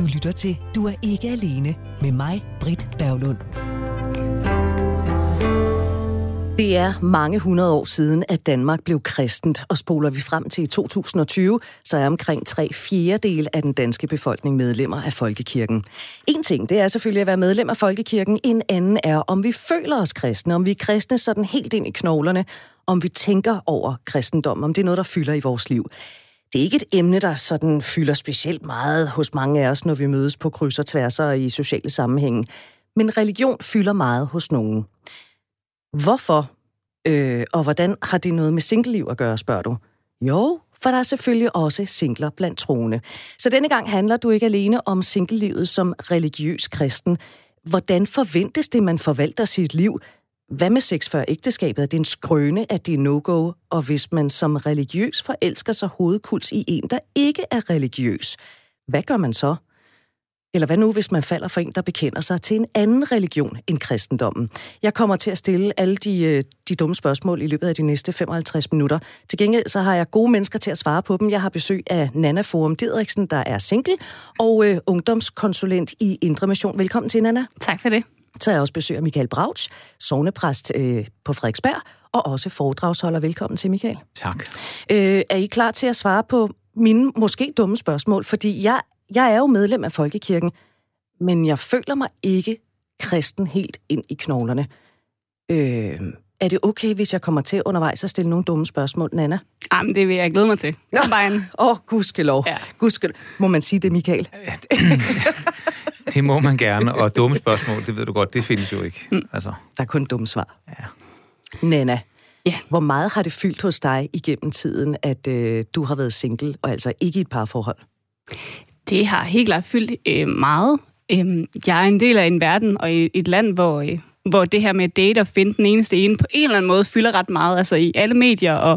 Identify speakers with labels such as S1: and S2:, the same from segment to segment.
S1: Du lytter til Du er ikke alene med mig, Britt Berglund. Det er mange 100 år siden, at Danmark blev kristent, og spoler vi frem til 2020, så er omkring 3/4 af den danske befolkning medlemmer af folkekirken. En ting, det er selvfølgelig at være medlem af folkekirken, en anden er, om vi føler os kristne, om vi er kristne sådan helt ind i knoglerne, om vi tænker over kristendom, om det er noget, der fylder i vores liv. Det er ikke et emne, der sådan fylder specielt meget hos mange af os, når vi mødes på kryds og tværser i sociale sammenhænge. Men religion fylder meget hos nogen. Hvorfor? Og hvordan har det noget med singleliv at gøre, spørger du? Jo, for der er selvfølgelig også singler blandt troende. Så denne gang handler du ikke alene om singlelivet som religiøs kristen. Hvordan forventes det, man forvalter sit liv? Hvad med sex før ægteskabet? Er det en skrøne, at det er no-go? Og hvis man som religiøs forelsker sig hovedkuls i en, der ikke er religiøs, hvad gør man så? Eller hvad nu, hvis man falder for en, der bekender sig til en anden religion end kristendommen? Jeg kommer til at stille alle de dumme spørgsmål i løbet af de næste 55 minutter. Til gengæld så har jeg gode mennesker til at svare på dem. Jeg har besøg af Nanna Forum Didriksen, der er single, og ungdomskonsulent i Indre Mission. Velkommen til, Nanna.
S2: Tak for det.
S1: Så er jeg også besøg af Michael Brauch, sognepræst på Frederiksberg, og også foredragsholder. Velkommen til, Michael.
S3: Tak.
S1: Er I klar til at svare på mine måske dumme spørgsmål? Fordi jeg er jo medlem af folkekirken, men jeg føler mig ikke kristen helt ind i knoglerne. Er det okay, hvis jeg kommer til undervejs at stille nogle dumme spørgsmål, Nanna?
S2: Jamen, det vil jeg glæde mig til.
S1: Gudskelov.
S2: Ja.
S1: Gudskelov. Må man sige det, Michael?
S3: Det må man gerne, og dumme spørgsmål, det ved du godt, det findes jo ikke. Altså.
S1: Der er kun dumme svar.
S3: Ja.
S1: Nanna,
S2: ja.
S1: Hvor meget har det fyldt hos dig igennem tiden, at du har været single, og altså ikke i et parforhold?
S2: Det har helt klart fyldt meget. Jeg er en del af en verden og i et land, hvor det her med at date og finde den eneste ene på en eller anden måde fylder ret meget, altså i alle medier, og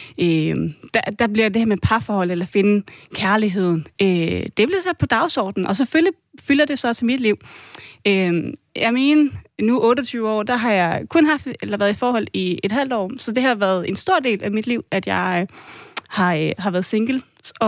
S2: der bliver det her med parforhold eller finde kærligheden. Det bliver sat på dagsordenen, og selvfølgelig fylder det så også i mit liv. Jeg mener, nu 28 år, der har jeg kun været i forhold i et halvt år, så det har været en stor del af mit liv, at jeg har været single,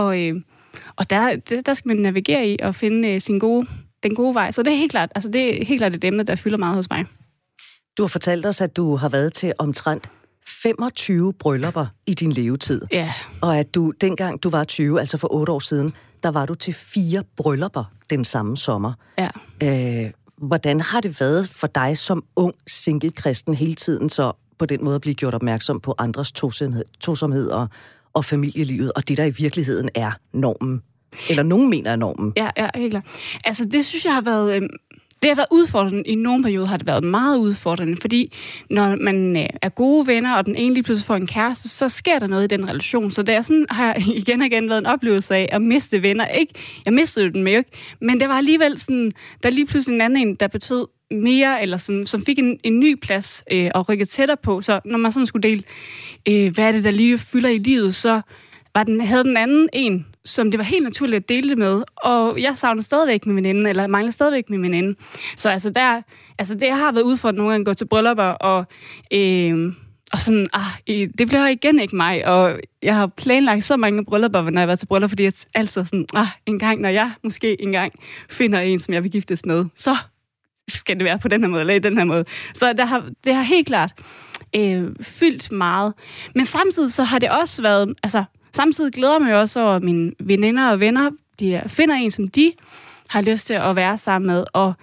S2: og der skal man navigere i og finde den gode vej. Så det er helt klart et emne, der fylder meget hos mig.
S1: Du har fortalt os, at du har været til omtrent 25 bryllupper i din levetid.
S2: Ja.
S1: Og at du, dengang du var 20, altså for 8 år siden, der var du til 4 bryllupper den samme sommer.
S2: Ja.
S1: Hvordan har det været for dig som ung single-kristen hele tiden, så på den måde at blive gjort opmærksom på andres tosomhed og familielivet, og det, der i virkeligheden er normen? Eller nogen mener er normen?
S2: Ja, helt klart. Altså, det synes jeg har været... Det har været udfordrende. I nogle perioder har det været meget udfordrende, fordi når man er gode venner, og den ene lige pludselig får en kæreste, så sker der noget i den relation. Så det er sådan, har jeg igen og igen været en oplevelse af at miste venner. Ikke? Jeg mistede dem jo ikke, men det var alligevel sådan, der lige pludselig en anden en, der betød mere, eller som fik en ny plads og rykke tættere på. Så når man sådan skulle dele, hvad er det, der lige fylder i livet, så havde den anden en, som det var helt naturligt at dele det med, og jeg savner stadigvæk min veninde, eller mangler stadigvæk min veninde. Så det har været udfordrende nogle gange at gå til bryllupper, og sådan, det bliver igen ikke mig, og jeg har planlagt så mange bryllupper, når jeg har været til bryllup, fordi jeg altid sådan, en gang, når jeg måske engang finder en, som jeg vil giftes med, så skal det være på den her måde, eller i den her måde. Så det har helt klart fyldt meget. Men samtidig så har det også været, samtidig glæder mig også over, at mine veninder og venner, de finder en, som de har lyst til at være sammen med.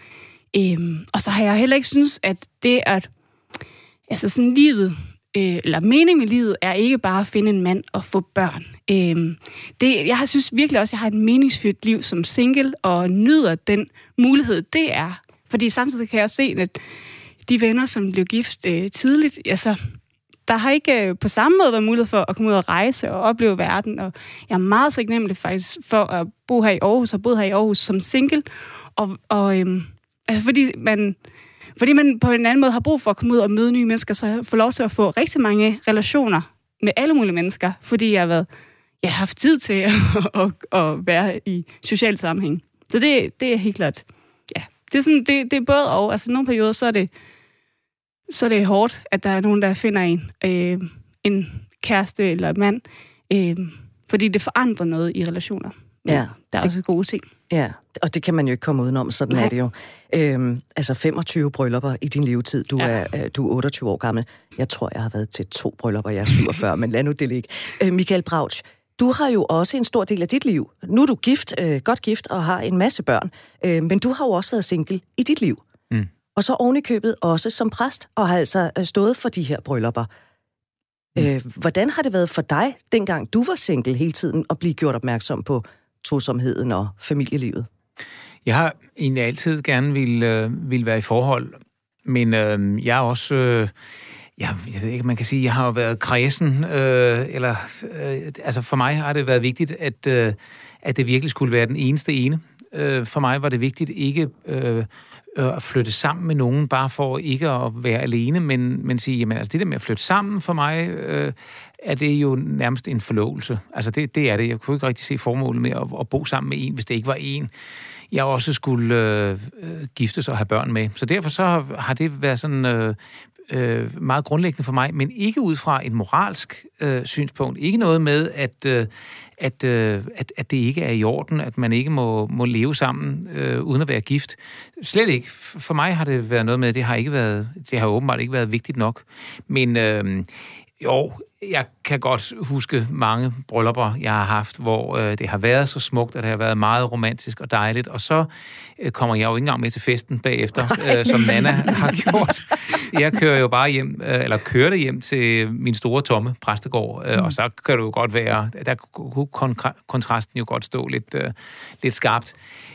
S2: Og så har jeg heller ikke synes, at det at sådan livet, eller mening med livet, er ikke bare at finde en mand og få børn. Jeg synes virkelig også, at jeg har et meningsfyldt liv som single, og nyder den mulighed, det er. Fordi samtidig kan jeg også se, at de venner, som blev gift tidligt, der har ikke på samme måde været mulighed for at komme ud og rejse og opleve verden, og jeg er meget taknemmelig faktisk for at bo her i Aarhus, og boet her i Aarhus som single, fordi man på en anden måde har brug for at komme ud og møde nye mennesker, så jeg får lov til at få rigtig mange relationer med alle mulige mennesker, fordi jeg har haft tid til at være i social sammenhæng. Så det er helt klart, ja. Det er sådan, det er både og, altså nogle perioder, så er det hårdt, at der er nogen, der finder en kæreste eller en mand, fordi det forandrer noget i relationer. Ja, der er også gode ting.
S1: Ja, og det kan man jo ikke komme udenom, sådan er det jo. 25 bryllupper i din levetid. Du er 28 år gammel. Jeg tror, jeg har været til 2 bryllupper, jeg er 47, men lad nu det ligge. Michael Brautsch, du har jo også en stor del af dit liv. Nu er du gift, godt gift, og har en masse børn. Men du har jo også været single i dit liv. Mm. Og så oven i købet også som præst, og har altså stået for de her bryllupper. Hvordan har det været for dig, dengang du var single hele tiden, at blive gjort opmærksom på tosomheden og familielivet? Jeg har
S3: egentlig altid gerne vil være i forhold, men jeg er også... jeg ved ikke, man kan sige, jeg har jo været kredsen, altså for mig har det været vigtigt, at det virkelig skulle være den eneste ene. For mig var det vigtigt ikke at flytte sammen med nogen, bare for ikke at være alene, men sige, jamen altså det der med at flytte sammen for mig, er det jo nærmest en forlovelse. Altså det er det. Jeg kunne ikke rigtig se formålet med at bo sammen med en, hvis det ikke var en, jeg også skulle giftes og have børn med. Så derfor så har det været sådan meget grundlæggende for mig, men ikke ud fra et moralsk synspunkt. Ikke noget med, at det ikke er i orden, at man ikke må leve sammen uden at være gift. Slet ikke. For mig har det været noget med, det har åbenbart ikke været vigtigt nok. Men jeg kan godt huske mange bryllupper, jeg har haft, hvor det har været så smukt, og det har været meget romantisk og dejligt, og så kommer jeg jo ikke engang med til festen bagefter, som Nana har gjort. Jeg kører jo bare hjem, eller kørte hjem til min store tomme præstegård, og så kan det jo godt være, der kunne kontrasten jo godt stå lidt skarpt.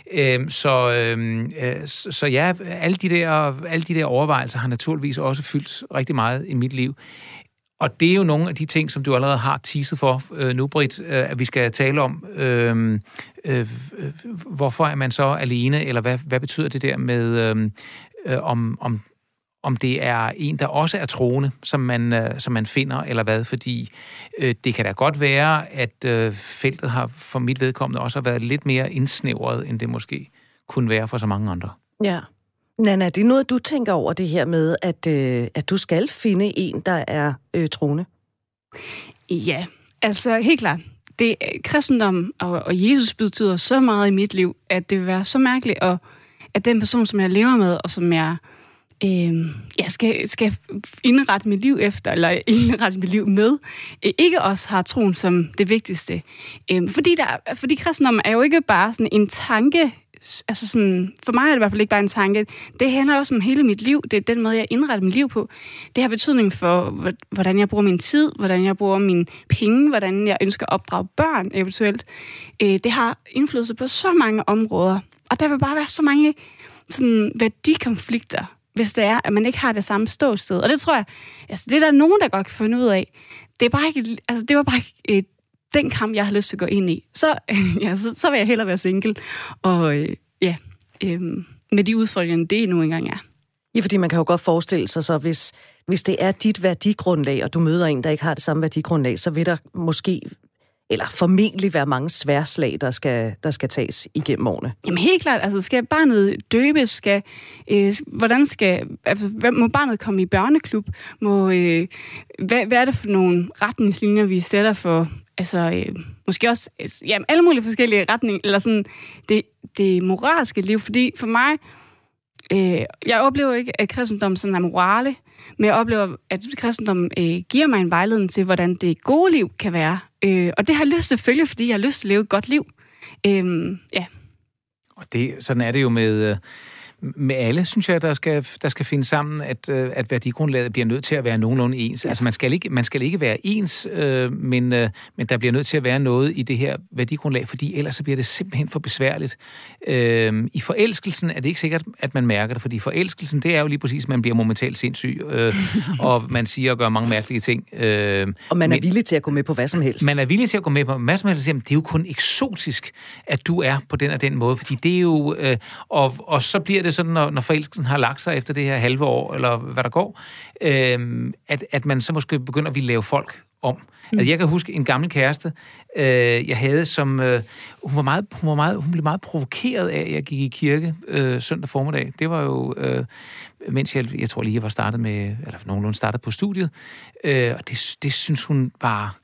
S3: Så ja, alle de der overvejelser har naturligvis også fyldt rigtig meget i mit liv. Og det er jo nogle af de ting, som du allerede har teaset for nu, Britt, at vi skal tale om. Hvorfor er man så alene, eller hvad betyder det der med, om det er en, der også er troende, som man finder, eller hvad? Fordi det kan da godt være, at feltet har for mit vedkommende også har været lidt mere indsnævret, end det måske kunne være for så mange andre. Ja.
S1: Nana, det er noget, du tænker over det her med, at du skal finde en, der er troende?
S2: Ja, altså helt klart. Kristendom og Jesus betyder så meget i mit liv, at det vil være så mærkeligt, at den person, som jeg lever med, og som jeg skal indrette mit liv efter, eller indrette mit liv med, ikke også har troen som det vigtigste. Fordi kristendom er jo ikke bare sådan en tanke. Altså sådan, for mig er det i hvert fald ikke bare en tanke. Det handler også om hele mit liv. Det er den måde, jeg indretter mit liv på. Det har betydning for, hvordan jeg bruger min tid, hvordan jeg bruger mine penge, hvordan jeg ønsker at opdrage børn eventuelt. Det har indflydelse på så mange områder. Og der vil bare være så mange sådan, værdikonflikter, hvis det er, at man ikke har det samme ståsted. Og det tror jeg, altså det er der nogen, der godt kan finde ud af. Det var bare ikke den kamp, jeg har lyst til at gå ind i. Så vil jeg hellere være single. Og med de udfordringer, det nu engang er.
S1: Ja, fordi man kan jo godt forestille sig, så hvis det er dit værdigrundlag, og du møder en, der ikke har det samme værdigrundlag, så vil der måske, eller formentlig være mange sværslag, der skal tages igennem årene.
S2: Jamen helt klart, altså skal barnet døbes, må barnet komme i børneklub, hvad er det for nogle retningslinjer, vi sætter for, altså måske også, alle mulige forskellige retninger, eller sådan det moralske liv, fordi for mig, jeg oplever ikke, at kristendom sådan er morale, men jeg oplever, at kristendom giver mig en vejledning til, hvordan det gode liv kan være. Og det har jeg lyst til at følge, fordi jeg har lyst til at leve et godt liv. Ja.
S3: Og sådan er det jo med alle, synes jeg, der skal finde sammen, at værdigrundlaget bliver nødt til at være nogenlunde ens. Ja. Altså man skal ikke være ens, men der bliver nødt til at være noget i det her værdigrundlag, fordi ellers så bliver det simpelthen for besværligt. I forelskelsen er det ikke sikkert, at man mærker det, fordi forelskelsen, det er jo lige præcis, at man bliver momentalt sindssyg, og man siger og gør mange mærkelige ting.
S1: Og man er villig til at gå med på hvad som helst.
S3: Man er villig til at gå med på hvad som helst, det er jo kun eksotisk, at du er på den og den måde, fordi det er jo, og så bliver det sådan, når forelskelsen har lagt sig efter det her halve år, eller hvad der går, at man så måske begynder at ville lave folk om. Altså, jeg kan huske en gammel kæreste, jeg havde, som hun blev meget provokeret af, at jeg gik i kirke søndag formiddag. Det var jo, mens jeg tror lige, jeg var startet med, eller nogenlunde startet på studiet, og det synes hun var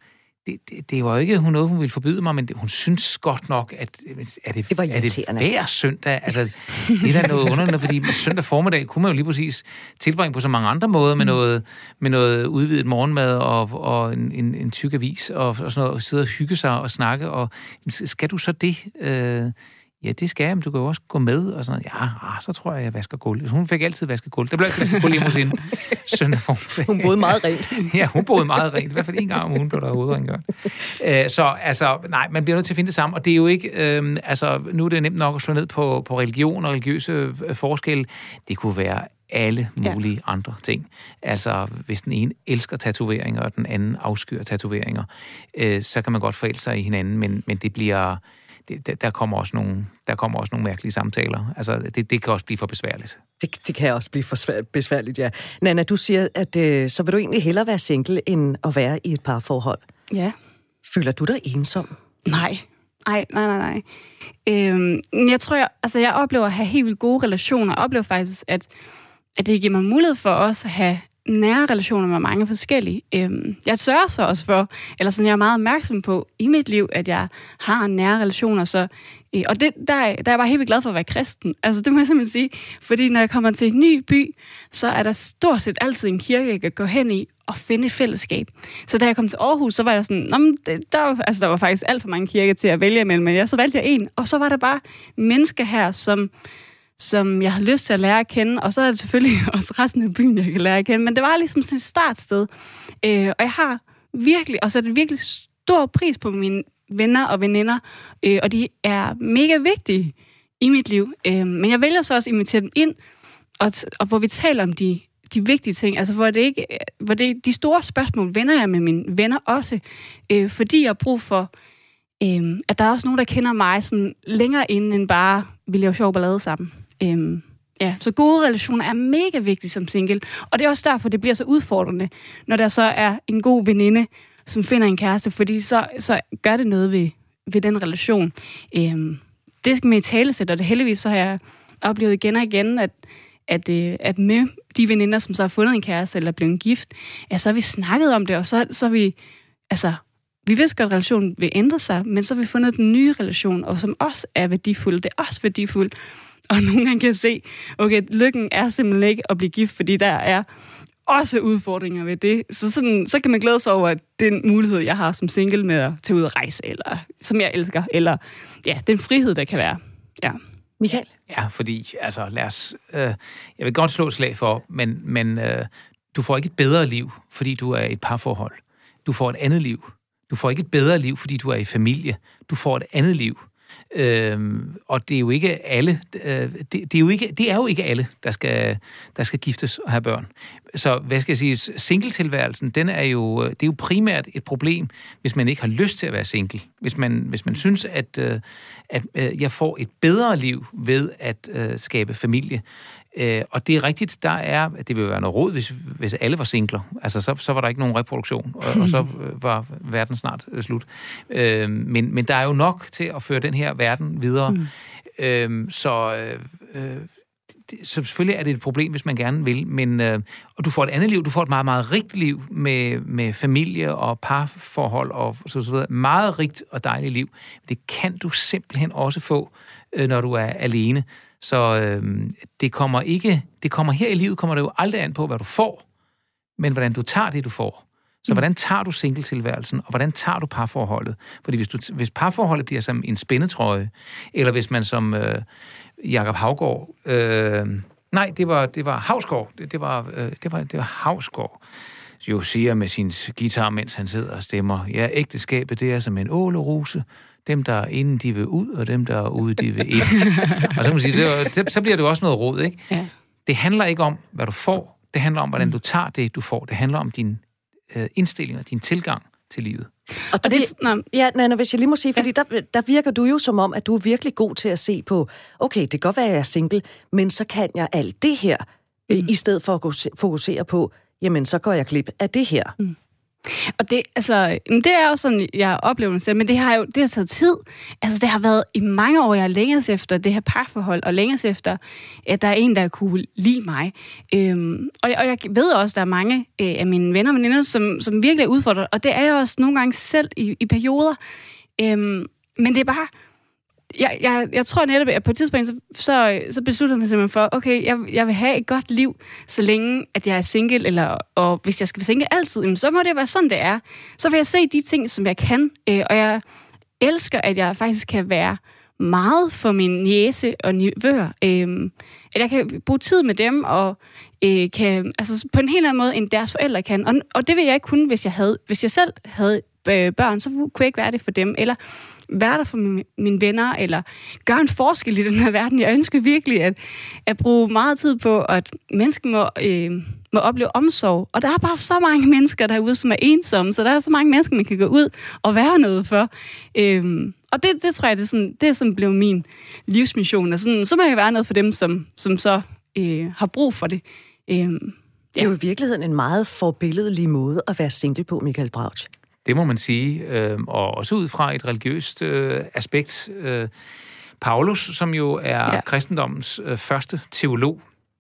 S3: det var jo ikke noget, hun ville forbyde mig, men hun synes godt nok, at er det hver søndag? Altså, det er da noget underligt, fordi søndag formiddag kunne man jo lige præcis tilbringe på så mange andre måder med noget udvidet morgenmad og en tyk avis og sådan noget, og sidde og hygge sig og snakke. Og skal du så det? Ja, det skal jeg, men du kan jo også gå med, og sådan noget. Ja, så tror jeg vasker gulv. Hun fik altid vasket gulv. Der blev altid vasket gulv hjemme hos hende. Søndag formiddag.
S1: Hun boede meget rent.
S3: Ja, hun boede meget rent. I hvert fald en gang om ugen blev der hovedrengørt. Så altså, nej, man bliver nødt til at finde det sammen, og det er jo ikke, nu er det nemt nok at slå ned på religion og religiøse forskelle. Det kunne være alle mulige andre ting. Altså, hvis den ene elsker tatoveringer, og den anden afskyr tatoveringer, så kan man godt forelske sig i hinanden, men det bliver... Der kommer også nogle mærkelige samtaler. Altså, det kan også blive for besværligt.
S1: Det kan også blive for besværligt, ja. Nanna, du siger, at så vil du egentlig hellere være single, end at være i et parforhold.
S2: Ja. Føler
S1: du dig ensom?
S2: Nej. Jeg tror, jeg oplever at have helt vildt gode relationer. Jeg oplever faktisk, at det giver mig mulighed for også at have nære relationer med mange forskellige. Jeg sørger så også for, eller sådan, jeg er meget opmærksom på i mit liv, at jeg har nære relationer. Så, og der er jeg bare helt vildt glad for at være kristen. Altså, det må jeg simpelthen sige. Fordi når jeg kommer til en ny by, så er der stort set altid en kirke, jeg kan gå hen i og finde et fællesskab. Så da jeg kom til Aarhus, så var jeg sådan, der var faktisk alt for mange kirker til at vælge imellem, men så valgte jeg en. Og så var der bare mennesker her, som jeg har lyst til at lære at kende, og så er det selvfølgelig også resten af byen, jeg kan lære at kende, men det var ligesom sådan et startsted. Og jeg har virkelig, og så er det virkelig stor pris på mine venner og veninder, og de er mega vigtige i mit liv. Men jeg vælger så også at invitere dem ind, og hvor vi taler om de vigtige ting, altså hvor det de store spørgsmål vender jeg med mine venner også, fordi jeg har brug for, at der er også nogen, der kender mig sådan længere inden end bare, vi laver sjov ballade sammen. Så gode relationer er mega vigtige som single, og det er også derfor, det bliver så udfordrende, når der så er en god veninde, som finder en kæreste, fordi så gør det noget ved den relation. Det skal man i talesætte, og det heldigvis så har jeg oplevet igen og igen, at med de veninder, som så har fundet en kæreste eller er blevet gift, så har vi snakket om det, og så har vi, vi vidste godt, at relationen vil ændre sig, men så har vi fundet den nye relation, og som også er værdifuld. Det er også værdifuldt. Og nogle gange kan jeg se, okay, lykken er simpelthen ikke at blive gift, fordi der er også udfordringer ved det. Så kan man glæde sig over den mulighed, jeg har som single med at tage ud og rejse, eller som jeg elsker, eller den frihed, der kan være. Ja.
S1: Michael?
S3: Ja, fordi, lad os... jeg vil godt slå et slag for, men du får ikke et bedre liv, fordi du er i et parforhold. Du får et andet liv. Du får ikke et bedre liv, fordi du er i familie. Du får et andet liv. Og det er jo ikke alle, det er jo ikke alle, der skal giftes og have børn. Så hvad skal jeg sige, singletilværelsen, det er jo primært et problem, hvis man ikke har lyst til at være single. Hvis man synes, at jeg får et bedre liv ved at skabe familie. Og det er rigtigt, det vil være noget råd, hvis alle var singler. Altså, så var der ikke nogen reproduktion, og så var verden snart slut. Men der er jo nok til at føre den her verden videre. Så selvfølgelig er det et problem, hvis man gerne vil, men og du får et andet liv, du får et meget, meget rigt liv med familie og parforhold og så videre. Meget rigt og dejligt liv. Men det kan du simpelthen også få, når du er alene. Så det kommer her i livet, kommer det jo aldrig an på, hvad du får, men hvordan du tager det, du får. Så hvordan tager du singletilværelsen, og hvordan tager du parforholdet? Fordi hvis parforholdet bliver som en spændetrøje, eller hvis man som Jakob Haugaard, det var Hausgaard, det var Hausgaard, jo siger med sin guitar, mens han sidder og stemmer, ja, ægteskabet, det er som en ålerose. Dem, der er inde, de vil ud, og dem, der er ude, de vil ind. Og så kan man sige, så bliver det jo også noget råd, ikke? Ja. Det handler ikke om, hvad du får. Det handler om, hvordan du tager det, du får. Det handler om din indstilling og din tilgang til livet.
S1: Og Nanna, hvis jeg lige må sige, fordi der virker du jo som om, at du er virkelig god til at se på, okay, det kan godt være, at jeg er single, men så kan jeg alt det her, i stedet for at fokusere på, jamen, så går jeg glip af det her.
S2: Og det er jo sådan, jeg oplever mig selv, men det har taget tid. Altså, det har været i mange år, jeg længes efter det her parforhold, og længes efter, at der er en, der kunne lide mig. Og jeg ved også, at der er mange af mine venner og veninder, som virkelig er udfordret, og det er jeg også nogle gange selv i perioder. Men det er bare... Jeg tror netop, at på et tidspunkt, så besluttede jeg mig simpelthen for, okay, jeg vil have et godt liv, så længe at jeg er single, og hvis jeg skal være single altid, så må det være sådan, det er. Så vil jeg se de ting, som jeg kan, og jeg elsker, at jeg faktisk kan være meget for min niece og nevøer. At jeg kan bruge tid med dem, og kan, altså på en helt anden måde, end deres forældre kan. Og det vil jeg ikke kunne, hvis jeg selv havde børn, så kunne jeg ikke være det for dem, eller være der for mine venner, eller gøre en forskel i den her verden. Jeg ønsker virkelig at bruge meget tid på, at mennesker må opleve omsorg. Og der er bare så mange mennesker derude, som er ensomme, så der er så mange mennesker, man kan gå ud og være noget for. Og det tror jeg, det er sådan blev min livsmission. Og sådan, så må jeg være noget for dem, som så har brug for det.
S1: Det er jo i virkeligheden en meget forbilledlig måde at være single på, Michael Brautsch.
S3: Det må man sige, og også ud fra et religiøst aspekt. Paulus, som jo er kristendommens første teolog,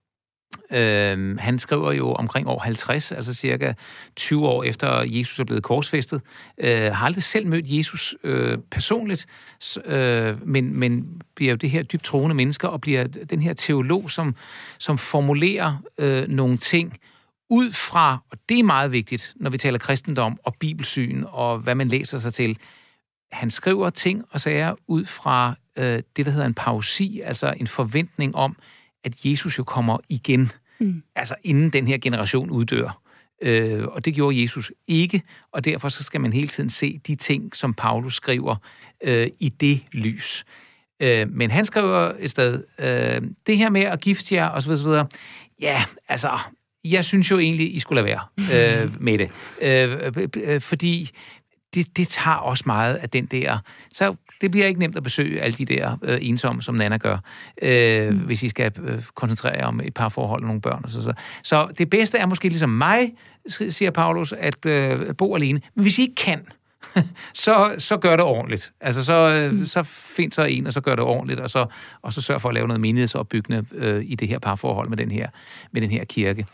S3: han skriver jo omkring år 50, altså cirka 20 år efter Jesus er blevet korsfæstet, har aldrig selv mødt Jesus personligt, men bliver jo det her dybt troende mennesker, og bliver den her teolog, som formulerer nogle ting, ud fra, og det er meget vigtigt, når vi taler kristendom og bibelsyn, og hvad man læser sig til. Han skriver ting og sager ud fra det, der hedder en pausi, altså en forventning om, at Jesus jo kommer igen, altså inden den her generation uddør. Og det gjorde Jesus ikke, og derfor så skal man hele tiden se de ting, som Paulus skriver i det lys. Men han skriver et sted, det her med at gifte jer, og så videre, ja, altså... Jeg synes jo egentlig, I skulle lade være med det. Fordi det tager også meget af den der... Så det bliver ikke nemt at besøge alle de der ensomme, som Nana gør, hvis I skal koncentrere jer om et par forhold og nogle børn. Og så det bedste er måske ligesom mig, siger Paulus, at bo alene. Men hvis I ikke kan, så gør det ordentligt. Altså, så find så en, og så gør det ordentligt, og så sørg for at lave noget menighedsopbyggende i det her parforhold med den her kirke.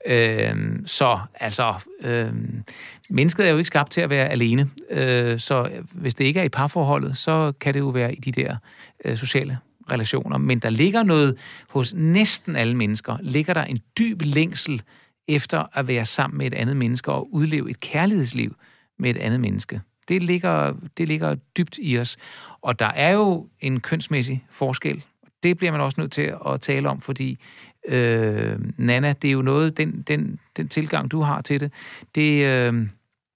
S3: Mennesket er jo ikke skabt til at være alene, så hvis det ikke er i parforholdet, så kan det jo være i de der sociale relationer. Men der ligger noget hos næsten alle mennesker, ligger der en dyb længsel efter at være sammen med et andet menneske og udleve et kærlighedsliv med et andet menneske. Det ligger dybt i os. Og der er jo en kønsmæssig forskel. Det bliver man også nødt til at tale om, fordi Nana, det er jo noget, den tilgang, du har til det,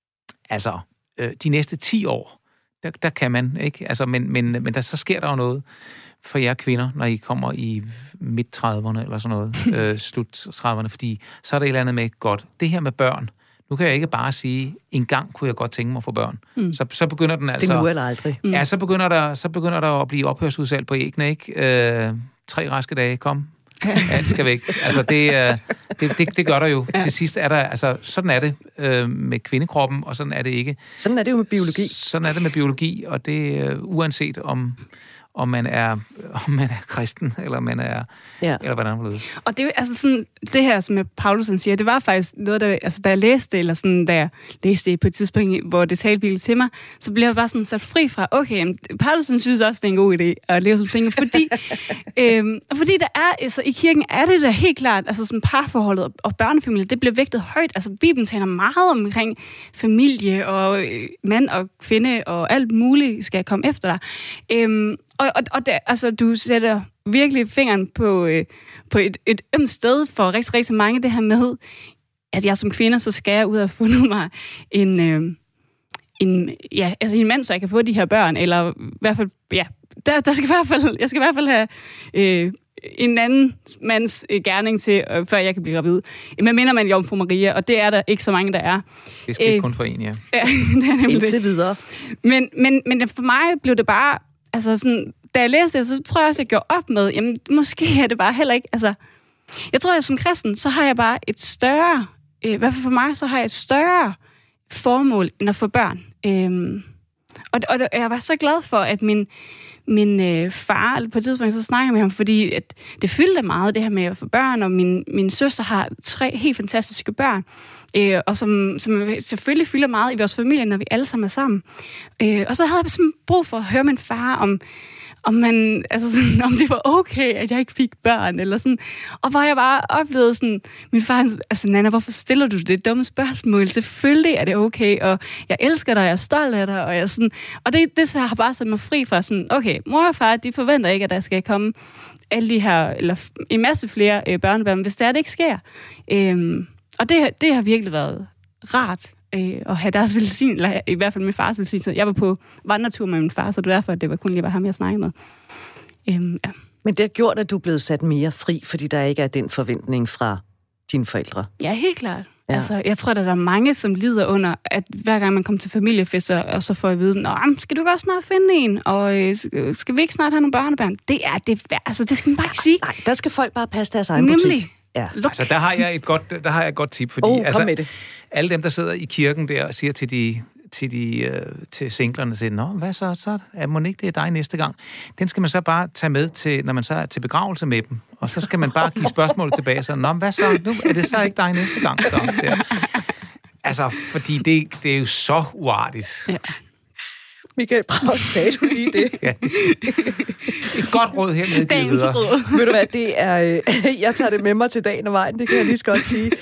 S3: de næste 10 år, der kan man, ikke? Altså, men der, så sker der jo noget for jer kvinder, når I kommer i midt-30'erne eller sådan noget, slut-30'erne, fordi så er der et eller andet med, godt, det her med børn, nu kan jeg ikke bare sige, en gang kunne jeg godt tænke mig at få børn. Så begynder den altså...
S1: Det er nu eller aldrig.
S3: Ja, så begynder der at blive ophørsudsalg på æggene, ikke? 3 raske dage, kom. Alt skal væk. Altså, det gør der jo. Ja. Til sidst er der... Altså, sådan er det med kvindekroppen, og sådan er det ikke.
S1: Sådan er det jo med biologi.
S3: Sådan er det med biologi, og det uanset om man er kristen, eller man er... Ja. Eller hvordan man lyder.
S2: Og det er altså sådan... Det her, som Paulus siger, det var faktisk noget, der... Altså, da jeg læste eller sådan, da jeg læste det på et tidspunkt, hvor det talte virkelig til mig, så blev jeg bare sådan sat fri fra, okay, Paulus synes også, det er en god idé at leve som single, fordi... fordi der er... Altså, i kirken er det da helt klart, altså sådan parforholdet og børnefamilie, det bliver vægtet højt. Altså, Bibelen taler meget omkring familie og mand og kvinde og alt muligt skal komme efter dig. Og det, altså, du sætter virkelig fingeren på et ømt sted for rigtig, rigtig mange, det her med, at jeg som kvinde, så skal jeg ud og fundet mig en mand, så jeg kan få de her børn, eller i hvert fald, ja, jeg skal i hvert fald have en anden mands gerning til, før jeg kan blive gravid. Men minder man Jomfru Maria, og det er der ikke så mange, der er.
S3: Det skal ikke kun for en, ja.
S1: Ja, det er nemlig indtil videre.
S2: Men for mig blev det bare, altså sådan, da jeg læste det, så tror jeg også, jeg gjorde op med, jamen måske er det bare heller ikke, altså, jeg tror, at som kristen, så har jeg bare et større, i hvert fald for mig, så har jeg et større formål end at få børn. Og jeg var så glad for, at min far, på et tidspunkt, så snakkede jeg med ham, fordi at det fyldte meget, det her med at få børn, og min søster har 3 helt fantastiske børn, og som selvfølgelig fylder meget i vores familie, når vi alle sammen er sammen. Og så havde jeg simpelthen brug for at høre min far om det var okay, at jeg ikke fik børn, eller sådan. Og hvor jeg bare oplevede sådan, min far, altså Nana, hvorfor stiller du det dumme spørgsmål? Selvfølgelig er det okay, og jeg elsker dig, jeg er stolt af dig, og jeg sådan, og det så har bare sat mig fri fra sådan, okay, mor og far, de forventer ikke, at der skal komme alle de her, eller en masse flere børnebørn, hvis det ikke sker. Og det har virkelig været rart, at have deres velsignelse, eller i hvert fald min fars velsignelse. Jeg var på vandretur med min far, så det var derfor, at det var kun lige ham, jeg snakkede med. Ja.
S1: Men det har gjort, at du er blevet sat mere fri, fordi der ikke er den forventning fra dine forældre.
S2: Ja, helt klart. Ja. Altså, jeg tror, at der er mange, som lider under, at hver gang man kommer til familiefester, og så får jeg at vide, skal du godt snart finde en, og skal vi ikke snart have nogle børnebørn? Det er det værd. Altså, det skal man bare ikke sige.
S1: Nej, der skal folk bare passe deres egen butik.
S3: Ja. Altså, der har jeg et godt tip, fordi
S1: kom med det.
S3: Alle dem, der sidder i kirken der og siger til singlerne, siger, nå, hvad så må ikke det er dig næste gang. Den skal man så bare tage med til, når man så er til begravelse med dem, og så skal man bare give spørgsmålet tilbage, så, nå, hvad så, nu er det så ikke dig næste gang, så der. Altså, fordi det er jo så uartigt. Ja.
S1: Michael Braus, sagde du lige det?
S3: Ja. Et godt råd hernede.
S2: Dagens råd.
S1: Ved du hvad, det er... jeg tager det med mig til dagen og vejen, det kan jeg lige så godt sige.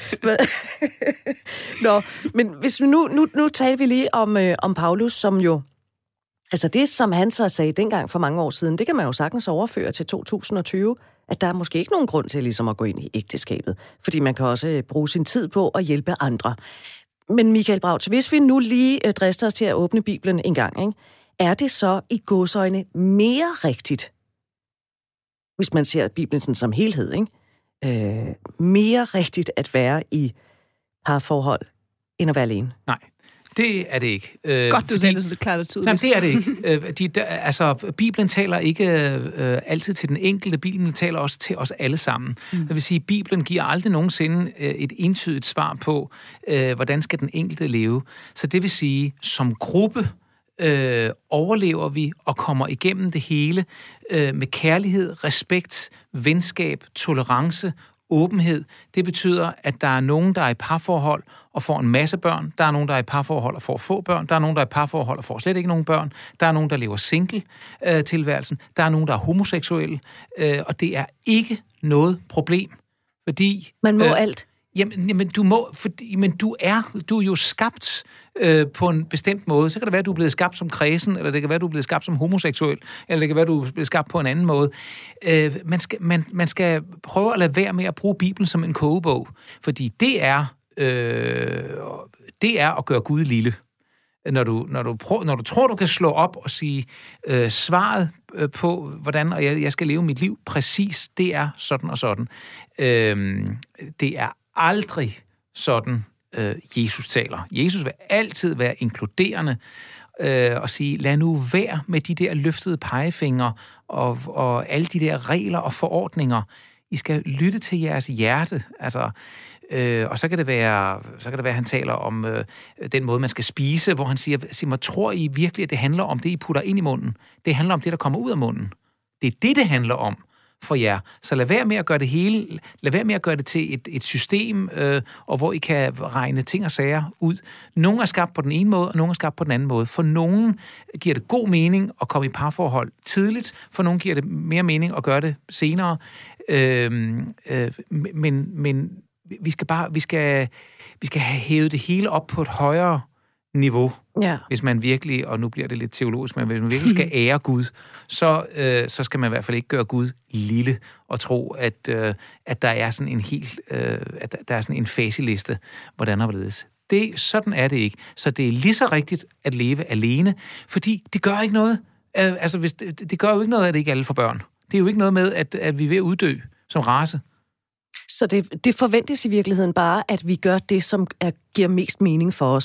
S1: Nå, men hvis vi nu taler vi lige om Paulus, som jo... Altså det, som han så sagde dengang for mange år siden, det kan man jo sagtens overføre til 2020, at der er måske ikke nogen grund til ligesom at gå ind i ægteskabet, fordi man kan også bruge sin tid på at hjælpe andre. Men Michael Braus, hvis vi nu lige drister os til at åbne Bibelen en gang, ikke? Er det så i gåseøjne mere rigtigt, hvis man ser Bibelen sådan som helhed, ikke? Mere rigtigt at være i parforhold, end at være alene?
S3: Nej. Det er det ikke.
S2: Godt, du sagde det så klart og tydeligt.
S3: Nej, det er det ikke. Bibelen taler ikke altid til den enkelte. Bibelen taler også til os alle sammen. Det vil sige, Bibelen giver aldrig nogensinde et entydigt svar på, hvordan skal den enkelte leve. Så det vil sige, som gruppe overlever vi og kommer igennem det hele med kærlighed, respekt, venskab, tolerance, åbenhed. Det betyder, at der er nogen, der er i parforhold og får en masse børn. Der er nogen, der er i parforhold og får få børn. Der er nogen, der er i parforhold og får slet ikke nogen børn. Der er nogen, der lever single-tilværelsen. Der er nogen, der er homoseksuelle. Og det er ikke noget problem, fordi...
S1: Man må alt.
S3: Jamen, du må, men du er jo skabt på en bestemt måde. Så kan det være, at du er blevet skabt som kræsen, eller det kan være, at du er blevet skabt som homoseksuel, eller det kan være, at du er blevet skabt på en anden måde. Man skal prøve at lade være med at bruge Bibelen som en kogebog, fordi det er at gøre Gud lille. Når du tror, du kan slå op og sige svaret på, hvordan og jeg skal leve mit liv præcis, det er sådan og sådan. Det er aldrig sådan, Jesus taler. Jesus vil altid være inkluderende og sige, lad nu være med de der løftede pegefingre og alle de der regler og forordninger. I skal lytte til jeres hjerte. Altså, og så kan det være, at han taler om den måde, man skal spise, hvor han siger mig, tror I virkelig, at det handler om det, I putter ind i munden? Det handler om det, der kommer ud af munden. Det er det handler om for jer. Så lad være med at gøre det hele, lad være med at gøre det til et system, og hvor I kan regne ting og sager ud. Nogle er skabt på den ene måde, og nogle er skabt på den anden måde. For nogen giver det god mening at komme i parforhold tidligt, for nogen giver det mere mening at gøre det senere. Men vi skal have hævet det hele op på et højere niveau, hvis man virkelig, og nu bliver det lidt teologisk, men hvis man virkelig skal ære Gud, så skal man i hvert fald ikke gøre Gud lille og tro, at der er sådan en at der er sådan en faseliste, hvordan og hvorledes. Sådan er det ikke. Så det er lige så rigtigt at leve alene, fordi det gør ikke noget. Det gør jo ikke noget, at det ikke alle får børn. Det er jo ikke noget med, at vi er ved at uddø som race.
S1: Så det forventes i virkeligheden bare, at vi gør det, som giver mest mening for os.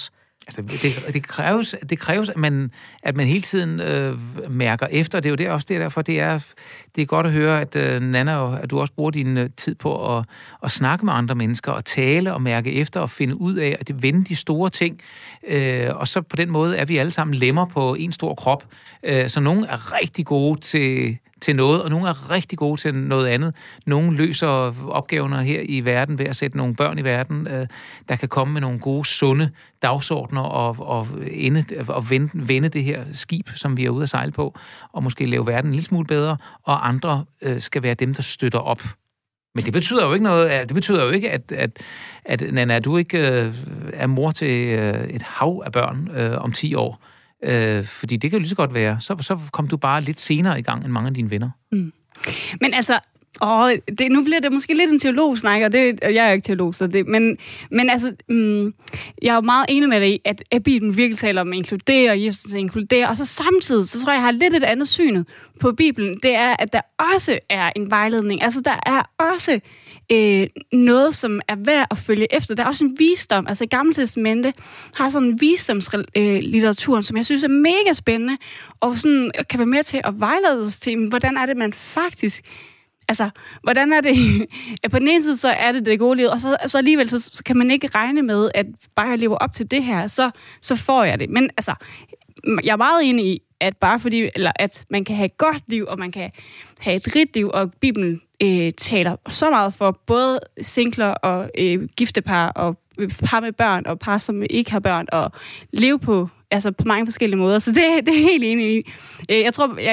S3: Altså, det kræves at man hele tiden mærker efter. Det er jo derfor, det er godt at høre, at Nanna, at du også bruger din tid på at snakke med andre mennesker, og tale og mærke efter, og finde ud af, at det vende de store ting. Og så på den måde er vi alle sammen lemmer på en stor krop. Så nogle er rigtig gode til noget, og nogle er rigtig gode til noget andet. Nogle løser opgaverne her i verden ved at sætte nogle børn i verden, der kan komme med nogle gode, sunde dagsordner og vende det her skib, som vi er ude at sejle på, og måske lave verden en lille smule bedre, og andre skal være dem, der støtter op. Men det betyder jo ikke noget. Det betyder jo ikke, at Nanna, du ikke er mor til et hav af børn om 10 år. Fordi det kan jo lige så godt være. Så kom du bare lidt senere i gang end mange af dine venner. Mm.
S2: Men altså, nu bliver det måske lidt en teologsnak, og jeg er jo ikke teolog, så det, men altså, jeg er jo meget enig med dig i, at Bibelen virkelig taler om at inkludere, og Jesus inkluderer, og så samtidig, så tror jeg har lidt et andet synet på Bibelen, det er, at der også er en vejledning. Altså, der er også noget, som er værd at følge efter. Der er også en visdom. Altså, Gamle Testamente har sådan en visdomslitteratur, som jeg synes er mega spændende, og sådan kan være med til at vejlede os til, hvordan er det, man faktisk... Altså, hvordan er det? På den ene side, så er det gode liv, og så alligevel, så kan man ikke regne med, at bare jeg lever op til det her, så får jeg det. Men altså, jeg er meget enig i, at bare fordi, eller at man kan have et godt liv, og man kan have et rigt liv, og Bibelen taler så meget for både singler og giftepar, og par med børn, og par, som ikke har børn, og leve på mange forskellige måder. Så det er helt enig i. Jeg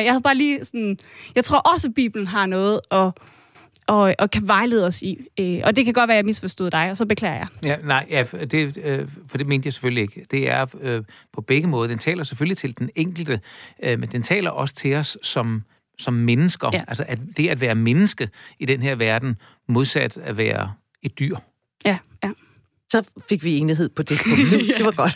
S2: tror også, at Bibelen har noget og kan vejlede os i. Og det kan godt være, at jeg misforstod dig, og så beklager jeg.
S3: For det mente jeg selvfølgelig ikke. Det er på begge måder. Den taler selvfølgelig til den enkelte, men den taler også til os som mennesker. Ja. Altså det at være menneske i den her verden, modsat at være et dyr.
S2: Ja.
S1: Så fik vi enighed på det punkt. Det var godt.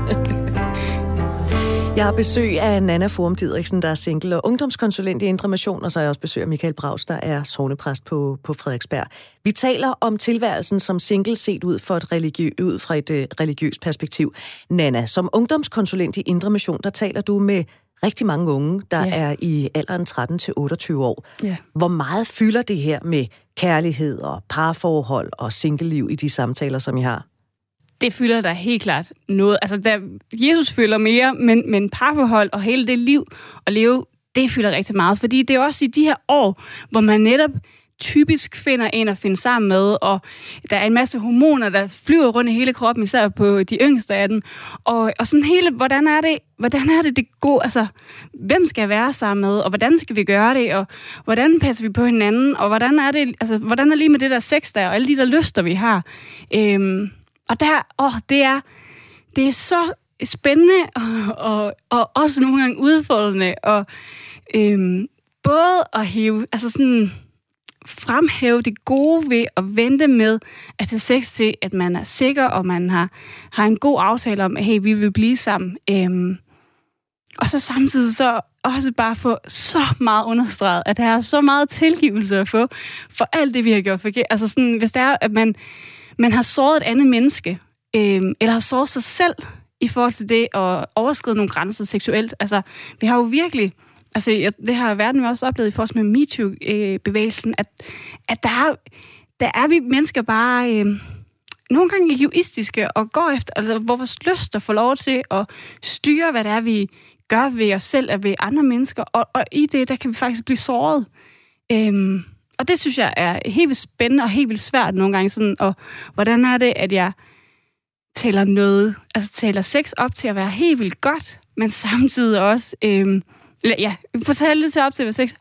S1: Jeg har besøg af Nanna Forum Didriksen, der er single og ungdomskonsulent i Indre Mission, og så har jeg også besøg af Michael Braus, der er sognepræst på Frederiksberg. Vi taler om tilværelsen som single set ud fra et religiøst perspektiv. Nanna, som ungdomskonsulent i Indre Mission, der taler du med rigtig mange unge, der er i alderen 13 til 28 år. Yeah. Hvor meget fylder det her med kærlighed og parforhold og singleliv i de samtaler, som I har?
S2: Det fylder der helt klart noget. Altså, Jesus fylder mere, men parforhold og hele det liv at leve, det fylder rigtig meget. Fordi det er også i de her år, hvor man netop typisk finder en at finde sammen med, og der er en masse hormoner, der flyver rundt i hele kroppen, især på de yngste af dem. Og sådan hele, hvordan er det går, altså, hvem skal jeg være sammen med, og hvordan skal vi gøre det, og hvordan passer vi på hinanden, og hvordan er lige med det der sex der, og alle de der lyster, vi har. Og det er så spændende, og også nogle gange udfordrende, og både at fremhæve det gode ved at vente med at have sex til, at man er sikker, og man har en god aftale om, at hey, vi vil blive sammen. Og så samtidig så også bare få så meget understreget, at der er så meget tilgivelse at få for alt det, vi har gjort forkert. Altså sådan, hvis det er, at man har såret et andet menneske, eller har såret sig selv i forhold til det at overskride nogle grænser seksuelt. Altså, vi har jo virkelig... Altså, det har verden også oplevet i forhold med MeToo-bevægelsen, at der er vi mennesker bare nogle gange egoistiske og går efter, altså, hvor vores lyster får lov til at styre, hvad det er, vi gør ved os selv og ved andre mennesker, og i det, der kan vi faktisk blive såret. Og det synes jeg er helt vildt spændende og helt vildt svært nogle gange, sådan, og hvordan er det, at jeg taler sex op til at være helt vildt godt, men samtidig også... fortælle det til op til at være sex,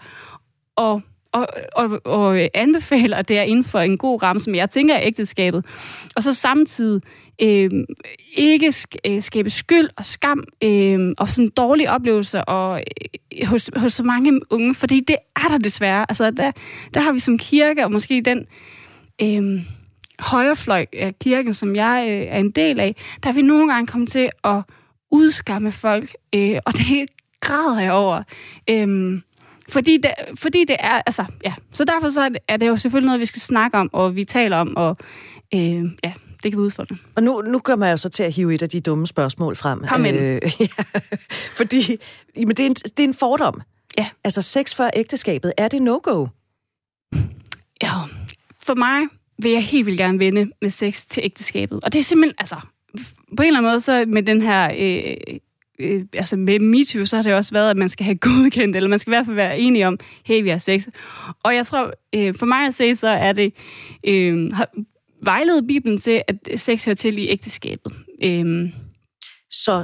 S2: og anbefaler, at det er inden for en god ramme, som jeg tænker er ægteskabet. Og så samtidig ikke skabe skyld og skam og sådan dårlige oplevelser hos så mange unge, fordi det er der desværre. Altså, der har vi som kirke, og måske den højrefløj af kirken, som jeg er en del af, der har vi nogle gange kommet til at udskamme folk, og det græder jeg over. Fordi det er, altså, ja. Så derfor så er det jo selvfølgelig noget, vi skal snakke om, og vi taler om, og det kan være udfordrende.
S1: Og nu kommer jeg jo så til at hive et af de dumme spørgsmål frem.
S2: Kom ind.
S1: Fordi det er en fordom.
S2: Ja. Altså
S1: sex før ægteskabet, er det no-go?
S2: Ja, for mig vil jeg helt vildt gerne vende med sex til ægteskabet. Og det er simpelthen, altså, på en eller anden måde, så med den her, med MeToo, så har det også været, at man skal have godkendt, eller man skal i hvert fald være enige om, hey, vi har sex. Og jeg tror, for mig at se, så er det vejledet Bibelen til, at sex hører til i ægteskabet. Så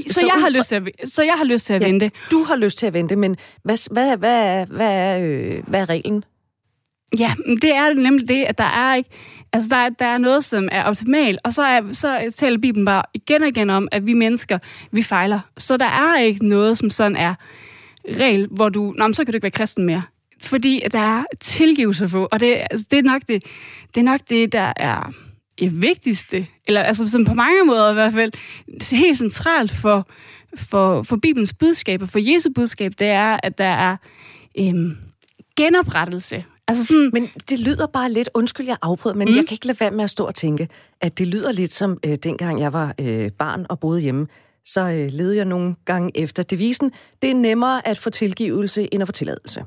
S2: jeg har lyst til at vente.
S1: Du har lyst til at vente, men hvad er reglen?
S2: Ja, det er nemlig det, at der er ikke... Altså, der er noget, som er optimalt, og så taler Bibelen bare igen og igen om, at vi mennesker, vi fejler. Så der er ikke noget, som sådan er regel, hvor så kan du ikke være kristen mere. Fordi der er tilgivelse på, og det er nok det, der er det vigtigste, eller altså som på mange måder i hvert fald, helt centralt for Bibelens budskab, og for Jesu budskab, det er, at der er genoprettelse. Altså sådan... Men det lyder bare lidt, undskyld jeg afbrød, men jeg kan ikke lade være med at stå og tænke, at det lyder lidt som dengang jeg var barn og boede hjemme, så levede jeg nogle gange efter devisen, det er nemmere at få tilgivelse end at få tilladelse.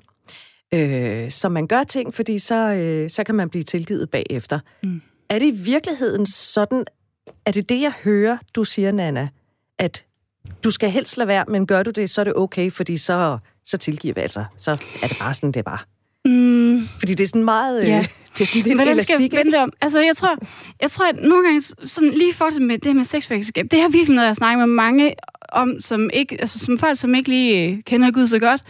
S2: Så man gør ting, fordi så kan man blive tilgivet bagefter. Er det i virkeligheden sådan, er det jeg hører, du siger, Nanna, at du skal helst lade være, men gør du det, så er det okay, fordi så tilgiver vi altså. Så er det bare sådan, det er bare. Fordi det er sådan meget... det er sådan lidt elastik, ikke? Om? Altså, jeg tror, at nogle gange, sådan lige fortsat med det med sexfællesskab, det er virkelig noget, jeg snakker med mange om, som folk, som ikke lige kender Gud så godt.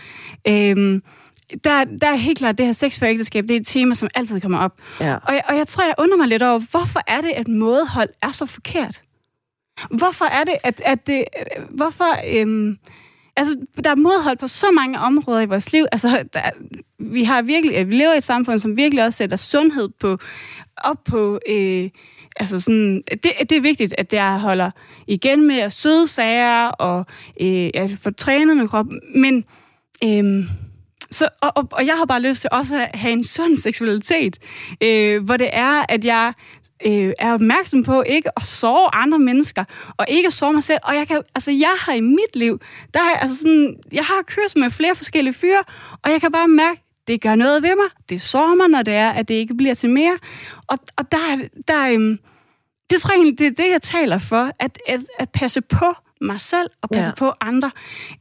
S2: Der er helt klart, det her sex for ægteskab, det er et tema, som altid kommer op. Ja. Og jeg tror, jeg undrer mig lidt over, hvorfor er det, at mådehold er så forkert? Hvorfor er det, at det... der er mådehold på så mange områder i vores liv. Altså, vi lever i et samfund, som virkelig også sætter sundhed op på... det er vigtigt, at jeg holder igen med at søde sager, og jeg får trænet min krop, men... Og jeg har bare lyst til også at have en sund seksualitet, hvor det er, at jeg er opmærksom på ikke at såre andre mennesker, og ikke at såre mig selv. Og jeg har i mit liv, jeg har kørt med flere forskellige fyre, og jeg kan bare mærke, det gør noget ved mig. Det sårer mig, når det er, at det ikke bliver til mere. Og det tror jeg egentlig, det er det, jeg taler for, at passe på mig selv og passe på andre.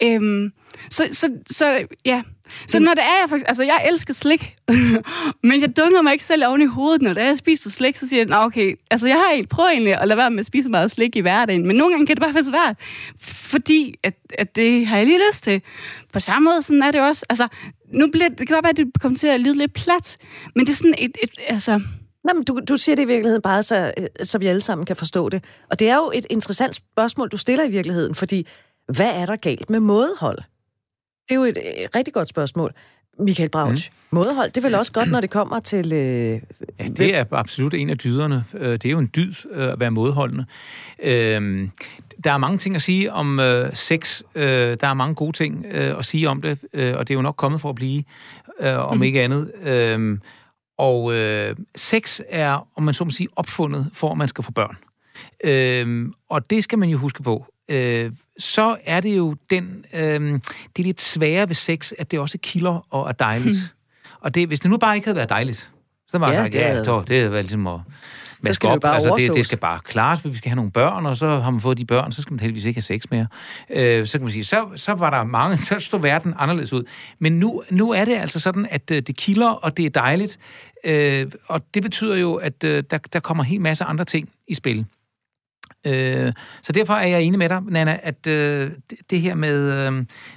S2: Så når det er, jeg faktisk... Altså, jeg elsker slik, men jeg dunger mig ikke selv oven i hovedet, når det er, jeg spiser slik, så siger jeg, okay, altså jeg har prøvet egentlig at lade være med at spise meget slik i hverdagen, men nogle gange kan det bare være svært, fordi at det har jeg lige lyst til. På samme måde, sådan er det også. Altså, det kan godt være, at det kommer til at lyde lidt plat, men det er sådan
S1: Nå, men du siger det i virkeligheden bare, så vi alle sammen kan forstå det. Og det er jo et interessant spørgsmål, du stiller i virkeligheden, fordi hvad er der galt med mådehold? Det er jo et rigtig godt spørgsmål. Michael Brautsch, mådehold, det er vel også godt, når det kommer til... Ja,
S3: det er absolut en af dyderne. Det er jo en dyd at være mådeholdende. Der er mange ting at sige om sex. Der er mange gode ting at sige om det, og det er jo nok kommet for at blive, om ikke andet. Og sex er, om man så må sige, opfundet for, at man skal få børn. Og det skal man jo huske på. Så er det jo det er lidt svære ved sex, at det også kilder og er dejligt. Og hvis det nu bare ikke havde været dejligt, så havde man sagt, det er vel ligesom at vaske op. Det skal bare klares, for vi skal have nogle børn, og så har man fået de børn, så skal man heldigvis ikke have sex mere. Så kan man sige, så var der mange, så stod verden anderledes ud. Men nu er det altså sådan, at det kilder, og det er dejligt. Og det betyder jo, at der kommer en hel masse andre ting i spil. Så derfor er jeg enig med dig, Nanna, at det her med,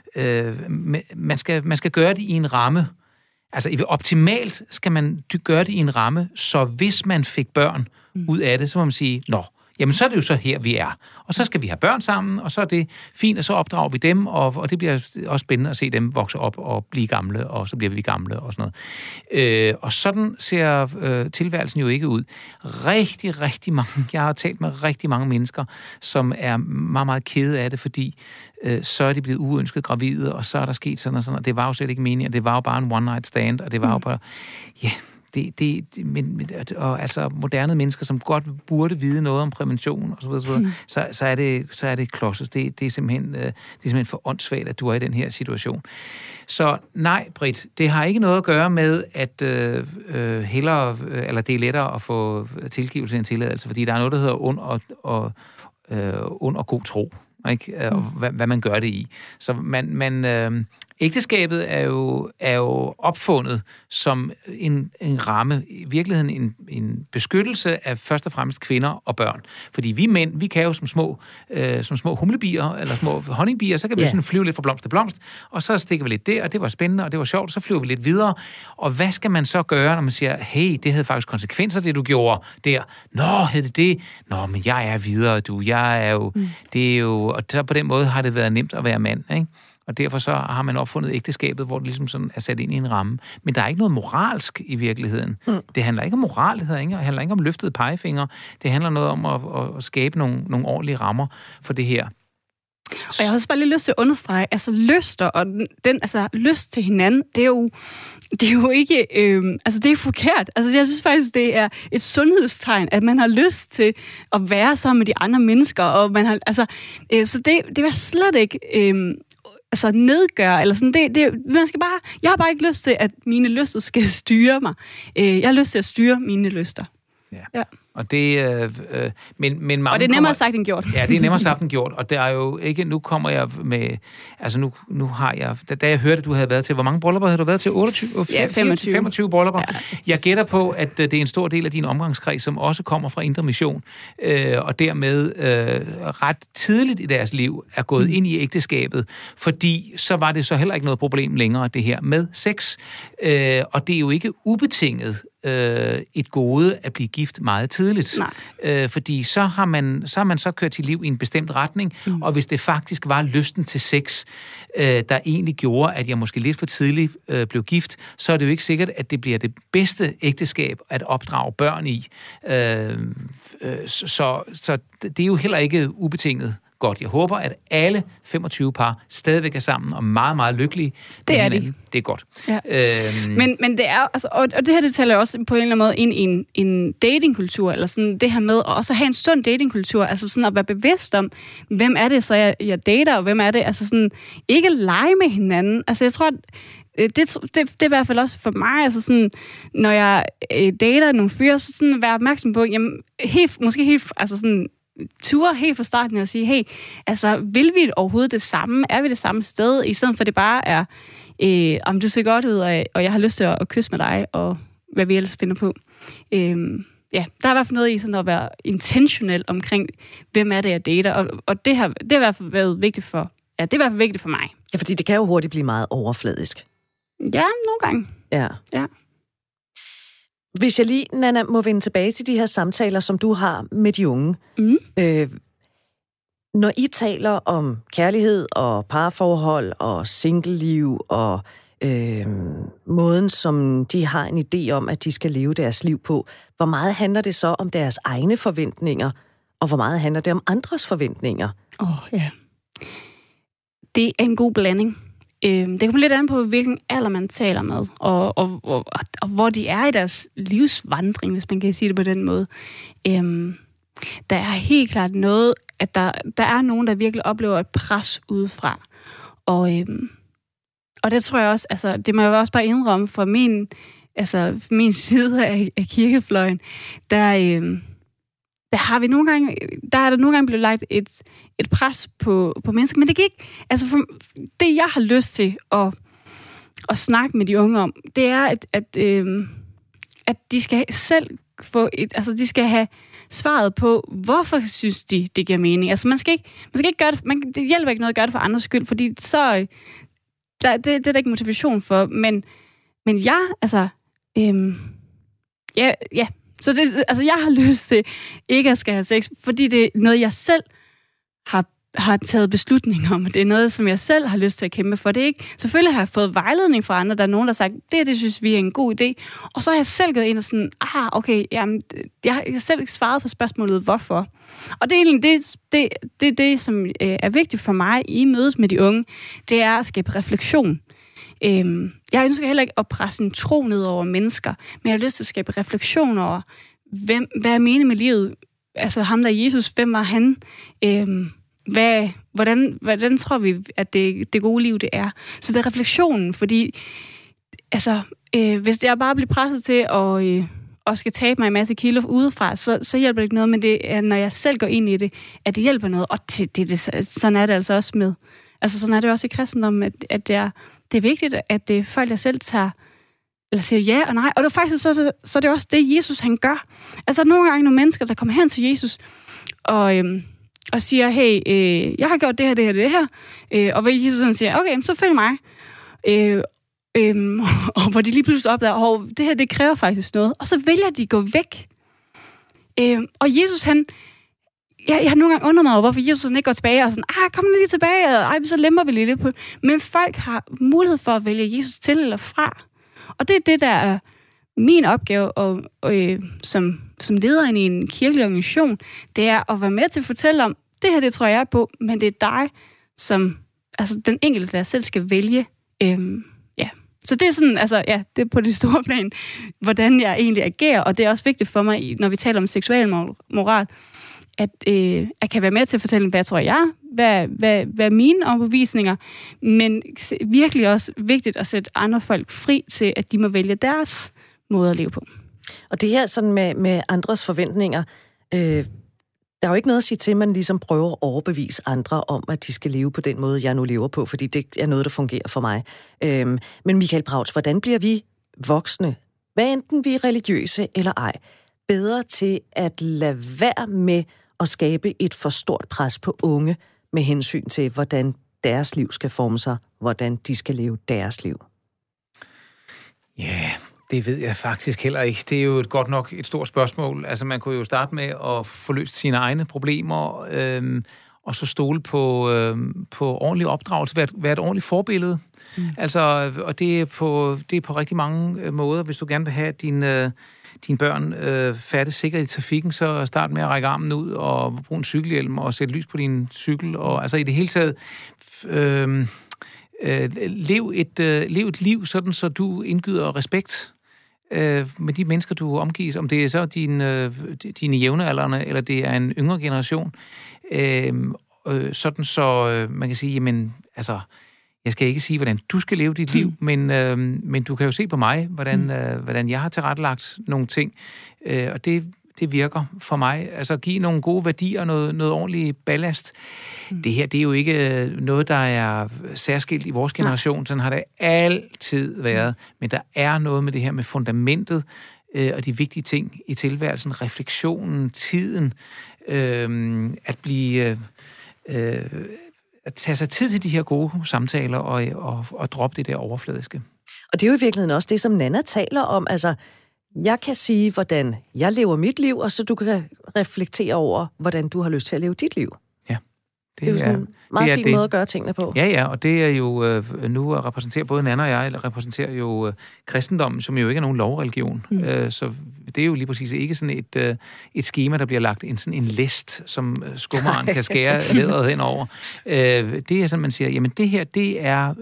S3: man skal gøre det i en ramme. Altså optimalt skal man gøre det i en ramme, så hvis man fik børn ud af det, så må man sige, jamen så er det jo så her, vi er. Og så skal vi have børn sammen, og så er det fint, og så opdrager vi dem, og det bliver også spændende at se dem vokse op og blive gamle, og så bliver vi gamle og sådan noget. Og sådan ser tilværelsen jo ikke ud. Rigtig, rigtig mange, jeg har talt med rigtig mange mennesker, som er meget, meget kede af det, fordi så er de blevet uønsket gravide, og så er der sket sådan og sådan, og det var jo slet ikke meningen, det var jo bare en one-night stand, og det var jo bare, og altså moderne mennesker, som godt burde vide noget om prævention og så videre, så er det klodset. Det er simpelthen for åndssvagt, at du er i den her situation. Så nej, Britt, det har ikke noget at gøre med, at eller det er lettere at få tilgivelse end tilladelse, fordi der er noget, der hedder ond og god tro, ikke? Og hvad man gør det i. Så ægteskabet er jo opfundet som en ramme, i virkeligheden en beskyttelse af først og fremmest kvinder og børn. Fordi vi mænd, vi kan jo som små humlebier, eller små honningbier, så kan vi sådan flyve lidt fra blomst til blomst, og så stikker vi lidt der, og det var spændende, og det var sjovt, så flyver vi lidt videre. Og hvad skal man så gøre, når man siger, hey, det havde faktisk konsekvenser, det du gjorde der. Nå, hed det? Nå, men jeg er videre, du. Jeg er jo, det er jo, og så på den måde har det været nemt at være mand, ikke? Og derfor så har man opfundet ægteskabet, hvor det ligesom sådan er sat ind i en ramme. Men der er ikke noget moralsk i virkeligheden. Det handler ikke om moral, det handler ikke om løftede pegefinger. Det handler noget om at skabe nogle ordentlige rammer for det her.
S2: Og jeg har også bare lige lyst til at understrege, altså lyster og lyst til hinanden, det er jo ikke, det er forkert. Altså jeg synes faktisk, det er et sundhedstegn, at man har lyst til at være sammen med de andre mennesker, og man har, så det var slet ikke nedgøre, eller sådan, man skal bare, jeg har bare ikke lyst til, at mine lyster skal styre mig. Jeg har lyst til at styre mine lyster. Ja.
S3: Og det, men mange
S2: og det er nemmere sagt end gjort.
S3: Ja, det er nemmere sagt end gjort, og det er jo ikke, nu kommer jeg med, altså nu har jeg, da jeg hørte, at du havde været til, hvor mange bryllupper havde du været til? 25 bryllupper. Ja. Jeg gætter på, at det er en stor del af din omgangskreds, som også kommer fra Indre Mission, og dermed ret tidligt i deres liv er gået ind i ægteskabet, fordi så var det så heller ikke noget problem længere, det her med sex, og det er jo ikke ubetinget et gode at blive gift meget tidligt. Fordi så har man så kørt sit liv i en bestemt retning, og hvis det faktisk var lysten til sex, der egentlig gjorde, at jeg måske lidt for tidligt blev gift, så er det jo ikke sikkert, at det bliver det bedste ægteskab at opdrage børn i. Så det er jo heller ikke ubetinget godt. Jeg håber, at alle 25 par stadigvæk er sammen og meget, meget lykkelige.
S2: Det er de.
S3: Det er godt.
S2: Ja. Men det er, altså, og det her, det taler også på en eller anden måde ind i en datingkultur, eller sådan det her med at også have en sund datingkultur, altså sådan at være bevidst om, hvem er det så, jeg dater, og hvem er det, altså sådan, ikke lege med hinanden. Altså jeg tror, det er i hvert fald også for mig, altså sådan, når jeg dater nogle fyre, så sådan være opmærksom på, jamen, måske helt, altså sådan, ture helt fra starten og sige, hey, altså, vil vi overhovedet det samme? Er vi det samme sted? I stedet for, det bare er, om du ser godt ud, og jeg har lyst til at kysse med dig, og hvad vi ellers finder på. Der er i hvert fald noget i sådan at være intentionel omkring, hvem er det, jeg dater, og det har i hvert fald været vigtigt for, det er i hvert fald vigtigt for mig.
S1: Ja, fordi det kan jo hurtigt blive meget overfladisk.
S2: Ja, nogle gange. Ja.
S1: Hvis jeg lige, Nanna, må vende tilbage til de her samtaler, som du har med de unge. Når I taler om kærlighed og parforhold og singleliv og måden, som de har en idé om, at de skal leve deres liv på, hvor meget handler det så om deres egne forventninger, og hvor meget handler det om andres forventninger?
S2: Ja. Det er en god blanding. Det kommer lidt an på, hvilken alder man taler med, og hvor de er i deres livsvandring, hvis man kan sige det på den måde. Der er helt klart noget, at der er nogen, der virkelig oplever et pres udefra. Og det tror jeg også, altså det må jeg også bare indrømme fra min side af kirkefløjen, der har vi nogle gange, der er der nogle gange blevet lagt et pres på mennesker, men det kan ikke, altså for, det jeg har lyst til at snakke med de unge om, det er at de skal selv få de skal have svaret på, hvorfor synes de, det giver mening. Altså man skal ikke gøre det, det hjælper ikke noget at gøre det for andres skyld, fordi så det er der ikke motivation for, men jeg, altså ja. Så det, altså, jeg har lyst til ikke at skal have sex, fordi det er noget, jeg selv har taget beslutning om. Det er noget, som jeg selv har lyst til at kæmpe for. Det er ikke. Selvfølgelig har jeg fået vejledning fra andre. Der er nogen, der har sagt, det synes vi er en god idé. Og så har jeg selv gået ind og sådan, okay, jamen, jeg har selv ikke svaret på spørgsmålet, hvorfor. Og det er egentlig det som er vigtigt for mig i mødet med de unge, det er at skabe refleksion. Jeg ønsker heller ikke at presse en tro ned over mennesker, men jeg har lyst til at skabe refleksion over, hvad er meningen med livet? Altså ham der Jesus, hvem var han? Hvordan tror vi, at det gode liv det er? Så det er refleksionen, fordi altså, hvis jeg bare bliver presset til at skal tabe mig en masse kilo udefra, så hjælper det ikke noget, men det er, når jeg selv går ind i det, at det hjælper noget. Og sådan er det altså også med. Altså sådan er det også i kristendommen, at det er vigtigt, at det er folk, der selv tager eller siger ja og nej. Og det er faktisk så er det også det, Jesus han gør. Altså der er nogle gange nogle mennesker, der kommer hen til Jesus og siger, hey, jeg har gjort det her, det her, det her. Og hvor Jesus sådan siger, okay, så følg mig. Og hvor de lige pludselig opdager, det her, det kræver faktisk noget. Og så vælger de at gå væk. Og Jesus, jeg har nogle gange undret mig over, hvorfor Jesus ikke går tilbage og sådan, kom lige tilbage, og så lemper vi lidt på. Men folk har mulighed for at vælge Jesus til eller fra. Og det er det, der er min opgave som leder i en kirkelig organisation, det er at være med til at fortælle om, det her, det tror jeg på, men det er dig, som altså den enkelte, der selv skal vælge. Så det er sådan, altså, ja, det er på det store plan, hvordan jeg egentlig agerer, og det er også vigtigt for mig, når vi taler om seksuel moral, at jeg kan være med til at fortælle, hvad tror jeg, hvad er mine overbevisninger, men virkelig også vigtigt at sætte andre folk fri til, at de må vælge deres måde at leve på.
S1: Og det her sådan med andres forventninger, der er jo ikke noget at sige til, at man ligesom prøver at overbevise andre om, at de skal leve på den måde, jeg nu lever på, fordi det er noget, der fungerer for mig. Men Michael Brautz, hvordan bliver vi voksne, hvad enten vi er religiøse eller ej, bedre til at lade være med at skabe et for stort pres på unge med hensyn til, hvordan deres liv skal forme sig, hvordan de skal leve deres liv?
S3: Ja, det ved jeg faktisk heller ikke. Det er jo godt nok et stort spørgsmål. Altså, man kunne jo starte med at få løst sine egne problemer, og så stole på ordentlig opdragelse, være et ordentligt forbillede. Altså, og det er på rigtig mange måder. Hvis du gerne vil have dine børn færdes sikkert i trafikken, så start med at række armen ud og bruge en cykelhjelm og sætte lys på din cykel. Og altså i det hele taget lev et liv sådan, så du indgyder respekt med de mennesker, du omgives, om det er så dine jævnealdrende, eller det er en yngre generation. Sådan så man kan sige, jamen, altså, jeg skal ikke sige, hvordan du skal leve dit liv, men du kan jo se på mig, hvordan jeg har tilrettelagt nogle ting, og det virker for mig. Altså, give nogle gode værdier og noget ordentligt ballast. Det her, det er jo ikke noget, der er særskilt i vores generation. Sådan har det altid været. Men der er noget med det her med fundamentet og de vigtige ting i tilværelsen. Refleksionen, tiden, at blive... at tage sig tid til de her gode samtaler og droppe det der overfladiske. Og
S1: det er jo i virkeligheden også det, som Nanna taler om. Altså, jeg kan sige, hvordan jeg lever mit liv, og så du kan reflektere over, hvordan du har lyst til at leve dit liv. Ja. Det er jo sådan en meget fin måde at gøre tingene på.
S3: Ja, og det er jo nu at repræsentere både Nanna og jeg, eller repræsenterer jo kristendommen, som jo ikke er nogen lovreligion. Så det er jo lige præcis ikke sådan et schema, der bliver lagt sådan en list, som skummeren kan skære læderet henover. Det er sådan, man siger, jamen det her, det er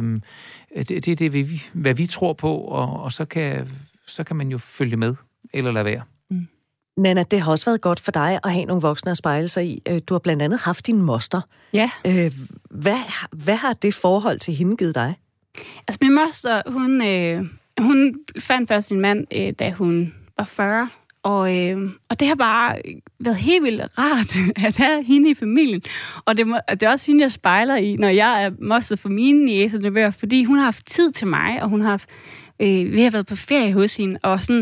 S3: hvad vi tror på, og så kan man jo følge med, eller lade være.
S1: Nanna, det har også været godt for dig at have nogle voksne at spejle sig i. Du har blandt andet haft din moster.
S2: Ja.
S1: Hvad har det forhold til hende givet dig?
S2: Altså min moster, hun fandt først sin mand, da hun var 40. Og det har bare været helt vildt rart at have hende i familien. Og det er også hende, jeg spejler i, når jeg er moster for mine niecer og nevøer, fordi hun har haft tid til mig, og hun har haft, vi har været på ferie hos hende, og sådan...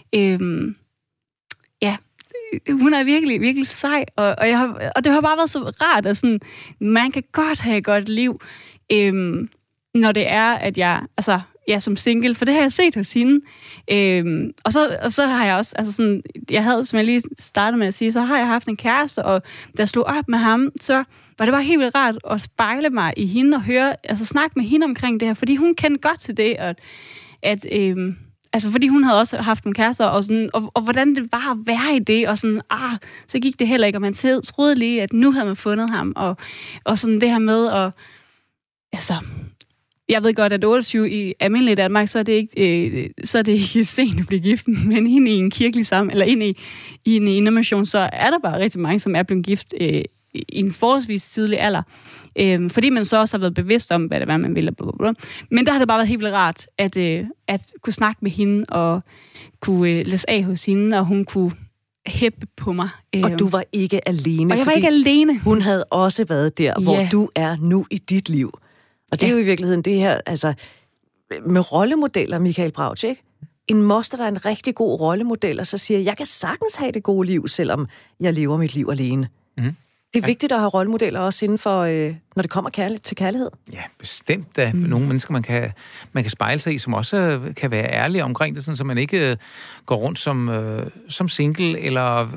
S2: hun er virkelig, virkelig sej, og det har bare været så rart, at sådan, man kan godt have et godt liv, når det er, at jeg som single, for det har jeg set hos hende. Og så har jeg også, altså sådan, jeg havde, som jeg lige startede med at sige, så har jeg haft en kæreste, og da jeg slog op med ham, så var det bare helt vildt rart at spejle mig i hende og høre, altså snakke med hende omkring det her, fordi hun kendte godt til det, og altså, fordi hun havde også haft nogle kærester, og hvordan det var at være i det, og sådan, så gik det heller ikke, og man troede lige, at nu havde man fundet ham, og sådan det her med, og altså, Jeg ved godt, at 28 i almindelig Danmark, så er det ikke sent at blive gift, men ind i en kirkelig eller ind i en innovation, så er der bare rigtig mange, som er blevet gift i en forholdsvis tidlig alder. Fordi man så også har været bevidst om, hvad det var, man ville. Blablabla. Men der har det bare været helt vildt rart, at kunne snakke med hende, og kunne læse af hos hende, og hun kunne hæppe på mig.
S1: Og du var ikke alene.
S2: Og jeg var ikke alene.
S1: Hun havde også været der, hvor du er nu i dit liv. Og det er jo i virkeligheden det her, altså, med rollemodeller, Michael Brautsch, ikke? En moster, der er en rigtig god rollemodel, og så siger, jeg kan sagtens have det gode liv, selvom jeg lever mit liv alene. Mm. Det er vigtigt at have rollemodeller også inden for, når det kommer til kærlighed. Ja,
S3: bestemt. Der er nogle mennesker, man kan spejle sig i, som også kan være ærlige omkring det, sådan, så man ikke går rundt som single, eller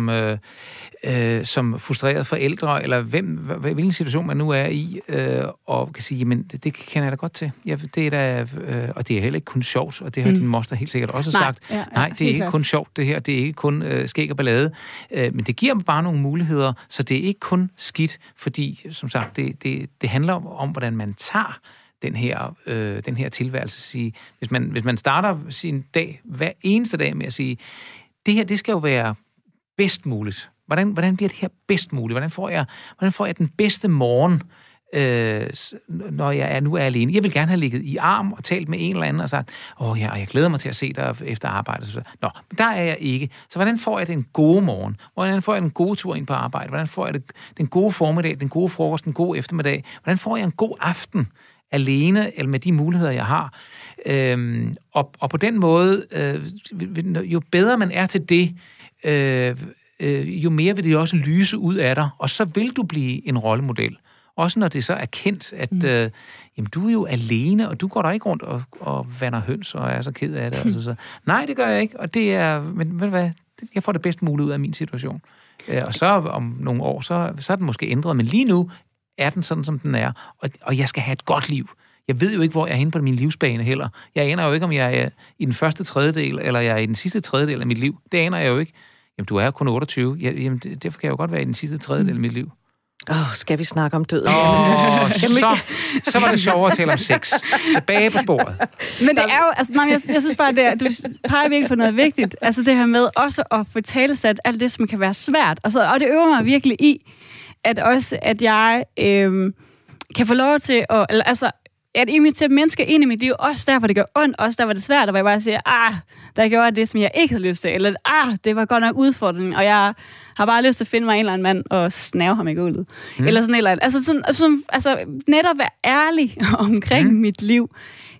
S3: som frustreret forældre, eller hvilken situation man nu er i, og kan sige, jamen, det kender jeg da godt til. Ja, det er da, og det er heller ikke kun sjovt, og det har din moster helt sikkert også sagt. Nej, det er ikke kun sjovt, det her. Det er ikke kun skæg og ballade. Men det giver bare nogle muligheder, så det er ikke kun skidt, fordi, som sagt, det handler om, hvordan man tager den her tilværelse. Sige, hvis man starter sin dag, hver eneste dag med at sige, det her, det skal jo være bedst muligt. Hvordan bliver det her bedst muligt? Hvordan får jeg den bedste morgen, når jeg nu er alene? Jeg vil gerne have ligget i arm og talt med en eller anden og sagt, jeg glæder mig til at se dig efter arbejde. Nå, men der er jeg ikke. Så hvordan får jeg den gode morgen? Hvordan får jeg den gode tur ind på arbejde? Hvordan får jeg den gode formiddag, den gode frokost, den gode eftermiddag? Hvordan får jeg en god aften alene, eller med de muligheder, jeg har? Og på den måde, jo bedre man er til det, jo mere vil det også lyse ud af dig, og så vil du blive en rollemodel. Også når det så er kendt, at jamen, du er jo alene, og du går der ikke rundt og vander høns, og er så ked af det. Og så. Nej, det gør jeg ikke, og det er, men ved du hvad, jeg får det bedst muligt ud af min situation. Og så om nogle år, så er den måske ændret, men lige nu er den sådan, som den er, og jeg skal have et godt liv. Jeg ved jo ikke, hvor jeg er henne på min livsbane heller. Jeg aner jo ikke, om jeg er i den første tredjedel, eller jeg er i den sidste tredjedel af mit liv. Det aner jeg jo ikke. Jamen, du er kun 28. Jamen, derfor kan jeg jo godt være i den sidste tredjedel af mit liv.
S1: Skal vi snakke om døden?
S3: Så var det sjovere at tale om sex. Tilbage på sporet.
S2: Men det er jo, altså, jeg synes bare, du peger virkelig på noget vigtigt. Altså det her med også at få talesat alt det, som kan være svært. Altså, og det øver mig virkelig i, at jeg kan få lov til at invitere mennesker ind i mit liv, også der, hvor det gør ondt, også der, hvor det er svært, og hvor jeg bare siger, der gjorde jeg det, som jeg ikke havde lyst til, eller det var godt nok udfordring, og jeg har bare lyst til at finde mig en eller anden mand og snæve ham i gulvet. Eller sådan et eller andet. Altså netop være ærlig omkring mit liv.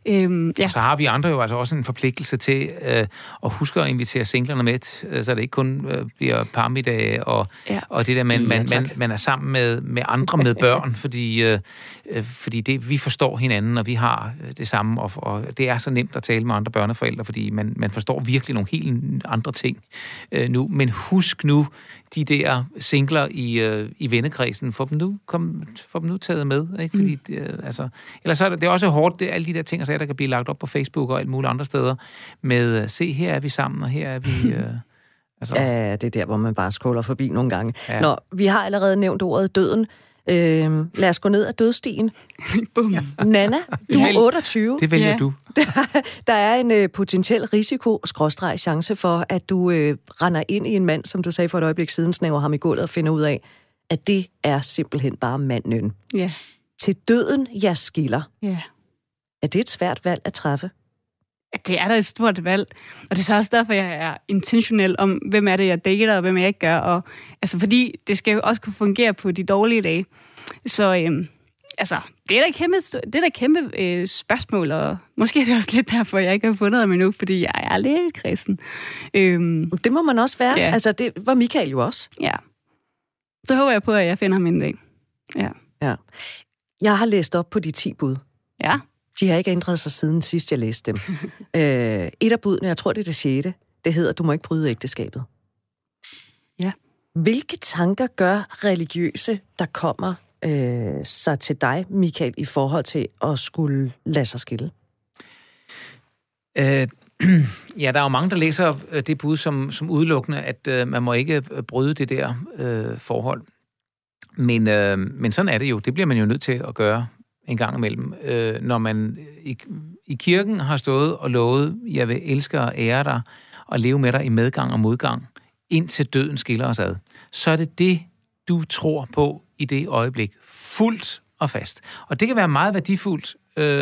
S3: Så har vi andre jo altså også en forpligtelse til at huske at invitere singlerne med, så det ikke kun bliver parmiddag og det der, man er sammen med andre med børn, fordi det, vi forstår hinanden, og vi har det samme, og det er så nemt at tale med andre børneforældre, fordi man forstår virkelig nogle helt andre ting nu. Men husk nu de der singler i vennekredsen, få dem nu taget med, ikke? Fordi ellers så er det også hårdt, alle de der ting, der kan blive lagt op på Facebook og alt muligt andre steder, med se, her er vi sammen, og her er vi...
S1: Ja, det er der, hvor man bare scroller forbi nogle gange. Ja. Nå, vi har allerede nævnt ordet døden. Lad os gå ned ad dødsstien.
S2: Ja.
S1: Nana, du er 28.
S3: Det vælger du.
S1: Der er en potentiel risiko/chance for, at du render ind i en mand, som du sagde for et øjeblik siden, snæver ham i gulvet og finder ud af, at det er simpelthen bare manden.
S2: Ja.
S1: Til døden, jeg skiller.
S2: Ja.
S1: Er det et svært valg at træffe?
S2: Det er da et stort valg, og det er så også derfor, jeg er intentionel om, hvem er det, jeg dater, og hvem jeg ikke gør. Og, fordi det skal jo også kunne fungere på de dårlige dage. Så det er da kæmpe spørgsmål, og måske er det også lidt derfor, jeg ikke har fundet ham endnu, fordi jeg er lidt kristen.
S1: Det må man også være.
S2: Ja.
S1: Altså, det var Michael jo også.
S2: Ja. Så håber jeg på, at jeg finder ham en dag. Ja.
S1: Jeg har læst op på de 10 bud.
S2: Ja.
S1: De har ikke ændret sig siden sidst, jeg læste dem. Et af budene, jeg tror, det er det 6., det hedder, du må ikke bryde ægteskabet.
S2: Ja.
S1: Hvilke tanker gør religiøse, der kommer så til dig, Michael, i forhold til at skulle lade sig skille?
S3: Ja, der er jo mange, der læser det bud som udelukkende, at man må ikke bryde det der forhold. Men sådan er det jo. Det bliver man jo nødt til at gøre en gang imellem, når man i kirken har stået og lovet, jeg vil elske og ære dig, og leve med dig i medgang og modgang, indtil døden skiller os ad. Så er det, du tror på i det øjeblik, fuldt og fast. Og det kan være meget værdifuldt,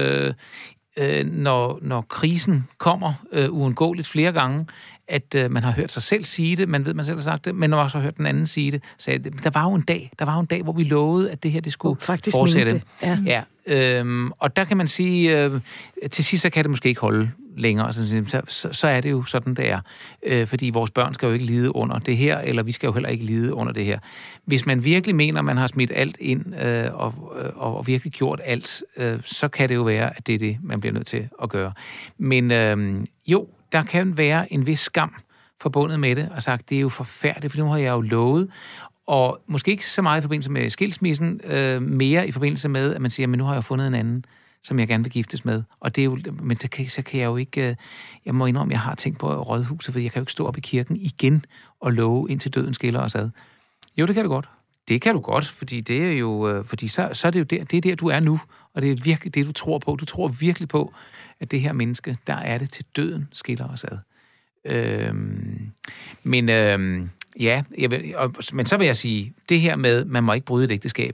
S3: når krisen kommer uundgåeligt flere gange, at man har hørt sig selv sige det, man ved, man selv har sagt det, men også har hørt den anden sige det. Så der var jo en dag, hvor vi lovede, at det her, det skulle fortsætte.
S1: Det. Ja.
S3: Og der kan man sige, til sidst, så kan det måske ikke holde længere. Så er det jo sådan, det er. Fordi vores børn skal jo ikke lide under det her, eller vi skal jo heller ikke lide under det her. Hvis man virkelig mener, at man har smidt alt ind, og virkelig gjort alt, så kan det jo være, at det er det, man bliver nødt til at gøre. Men jo, der kan være en vis skam forbundet med det, og sagt, det er jo forfærdeligt, for nu har jeg jo lovet, og måske ikke så meget i forbindelse med skilsmissen, mere i forbindelse med, at man siger, men nu har jeg fundet en anden, som jeg gerne vil giftes med. Og det er jo, men så kan jeg jo ikke, jeg må indrømme, jeg har tænkt på rådhuset, for jeg kan jo ikke stå op i kirken igen og love, indtil døden skiller os ad. Jo, det kan du godt. Det kan du godt, fordi det er jo, fordi så er det jo det er der, du er nu, og det er virkelig det, du tror på. Du tror virkelig på, at det her menneske, der er det til døden skiller os ad. Men så vil jeg sige, det her med, man må ikke bryde et ægteskab.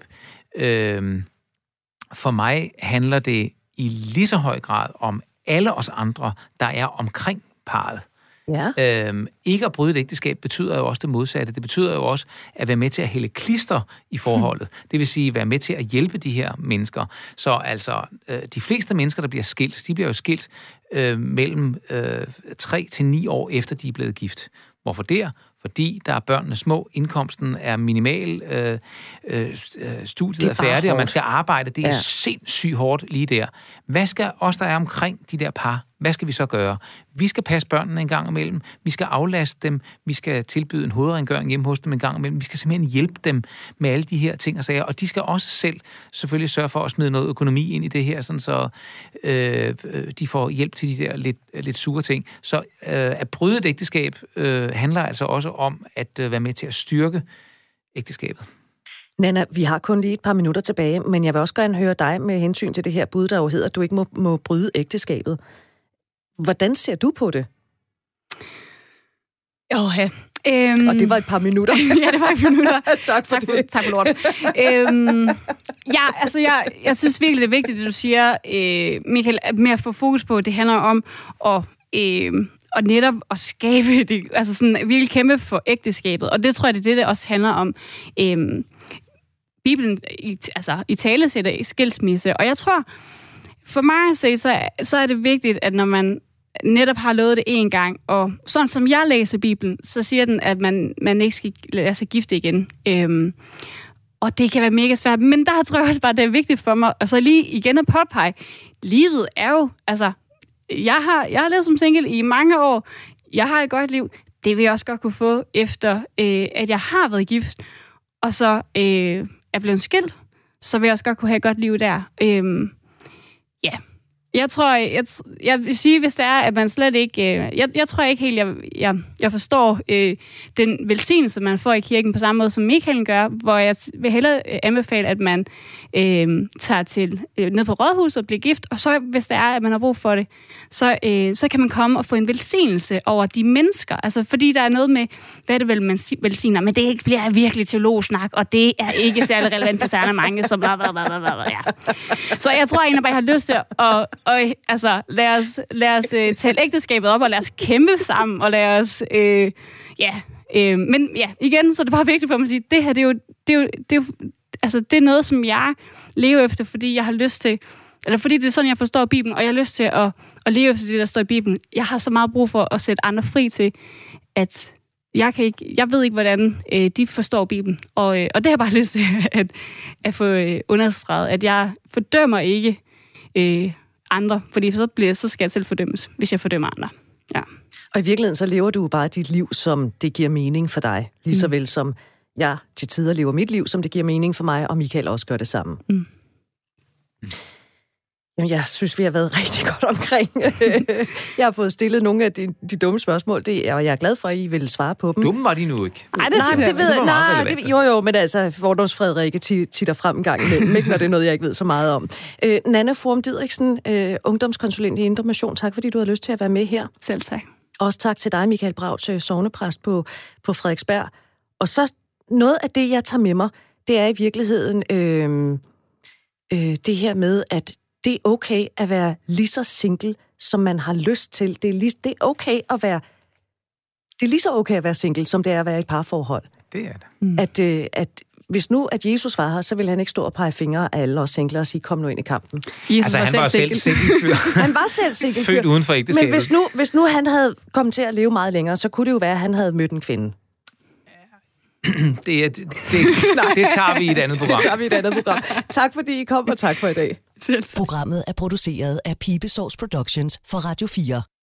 S3: For mig handler det i lige så høj grad om alle os andre, der er omkring parret. Ja. Ikke at bryde et ægteskab betyder jo også det modsatte. Det betyder jo også at være med til at hælde klister i forholdet. Det vil sige, være med til at hjælpe de her mennesker. Så altså, de fleste mennesker, der bliver skilt, de bliver jo skilt mellem 3 til 9 år efter, de er blevet gift. Hvorfor der? Fordi der er børnene små, indkomsten er minimal, studiet er færdigt, og man skal arbejde. Det er sindssygt hårdt lige der. Hvad skal os, der er omkring de der par, hvad skal vi så gøre? Vi skal passe børnene en gang imellem. Vi skal aflaste dem. Vi skal tilbyde en hovedrengøring hjemme hos dem en gang imellem. Vi skal simpelthen hjælpe dem med alle de her ting og sager. Og de skal også selv selvfølgelig sørge for at smide noget økonomi ind i det her, sådan så de får hjælp til de der lidt sure ting. Så at bryde et ægteskab handler altså også om at være med til at styrke ægteskabet.
S1: Nanna, vi har kun lige et par minutter tilbage, men jeg vil også gerne høre dig med hensyn til det her bud, der jo hedder, at du ikke må bryde ægteskabet. Hvordan ser du på det? Og det var et par minutter.
S2: Ja, det var et par minutter.
S1: Tak for det.
S2: Tak for lort. Jeg synes virkelig, det er vigtigt, det du siger, Michael, med at få fokus på, det handler om og netop at skabe det, altså sådan virkelig kæmpe for ægteskabet. Og det tror jeg, det er det også handler om. Bibelen i tale sætter i skilsmisse. Og jeg tror, for mig at se, så er det vigtigt, at når man netop har lovet det en gang, og sådan som jeg læser Bibelen, så siger den, at man ikke skal lade sig gifte igen. Og det kan være mega svært, men der tror jeg også bare, det er vigtigt for mig, og så lige igen at påpege, livet er jo, altså, jeg har levet som single i mange år, jeg har et godt liv, det vil jeg også godt kunne få, efter at jeg har været gift, og så er blevet skilt, så vil jeg også godt kunne have et godt liv der. Jeg tror, jeg vil sige, hvis det er, at man slet ikke... Jeg tror ikke helt, jeg forstår den velsignelse, man får i kirken på samme måde, som Michael gør, hvor jeg vil hellere anbefale, at man tager ned på rådhuset og bliver gift, og så, hvis det er, at man har brug for det, så kan man komme og få en velsignelse over de mennesker. Altså, fordi der er noget med, hvad er det vel, man velsigner, men det bliver virkelig teologsnak, og det er ikke særlig relevant for særlig mange, som ja. Så jeg tror egentlig bare, jeg har lyst til at altså, lad os tale ægteskabet op, og lad os kæmpe sammen, og lad os... men ja, igen, så er det bare vigtigt for mig at sige, det her, det er jo altså, det er noget, som jeg lever efter, fordi jeg har lyst til, eller fordi det er sådan, jeg forstår Bibelen, og jeg har lyst til at leve efter det, der står i Bibelen. Jeg har så meget brug for at sætte andre fri til, at jeg ved ikke, hvordan de forstår Bibelen. Og det har jeg bare lyst til at få understreget, at jeg fordømmer ikke andre, fordi så skal jeg selv fordømmes, hvis jeg fordømmer andre. Ja.
S1: Og i virkeligheden, så lever du bare dit liv, som det giver mening for dig. Lige så vel som jeg til tider lever mit liv, som det giver mening for mig, og Michael også gør det samme. Jeg synes, vi har været rigtig godt omkring. Jeg har fået stillet nogle af de dumme spørgsmål, og jeg er glad for, at I vil svare på dem.
S3: Dumme var de nu ikke.
S2: Nej, det
S1: ved jeg. Jo, men altså, fordomsfrederikke titter frem en gang imellem, ikke, når det er noget, jeg ikke ved så meget om. Nanna Forum Didriksen, ungdomskonsulent i Indre Mission. Tak, fordi du har lyst til at være med her.
S2: Selv tak.
S1: Også tak til dig, Michael Brauts, sognepræst på Frederiksberg. Og så noget af det, jeg tager med mig, det er i virkeligheden det her med, at det er okay at være lige så single, som man har lyst til. Det er lige så okay at være single, som det er at være i et parforhold.
S3: Det er det.
S1: At hvis nu, at Jesus var her, så ville han ikke stå og pege fingre af alle os singler og sige, kom nu ind i kampen.
S3: Jesus han var selv single-fyr.
S1: Han var selv single-fyr.
S3: Født uden for ægteskabet.
S1: Men hvis nu han havde kommet til at leve meget længere, så kunne det jo være, at han havde mødt en kvinde.
S3: Det tager vi i et andet program.
S1: Tak fordi I kom, og tak for i dag.
S4: Programmet er produceret af Pibesovs Productions for Radio 4.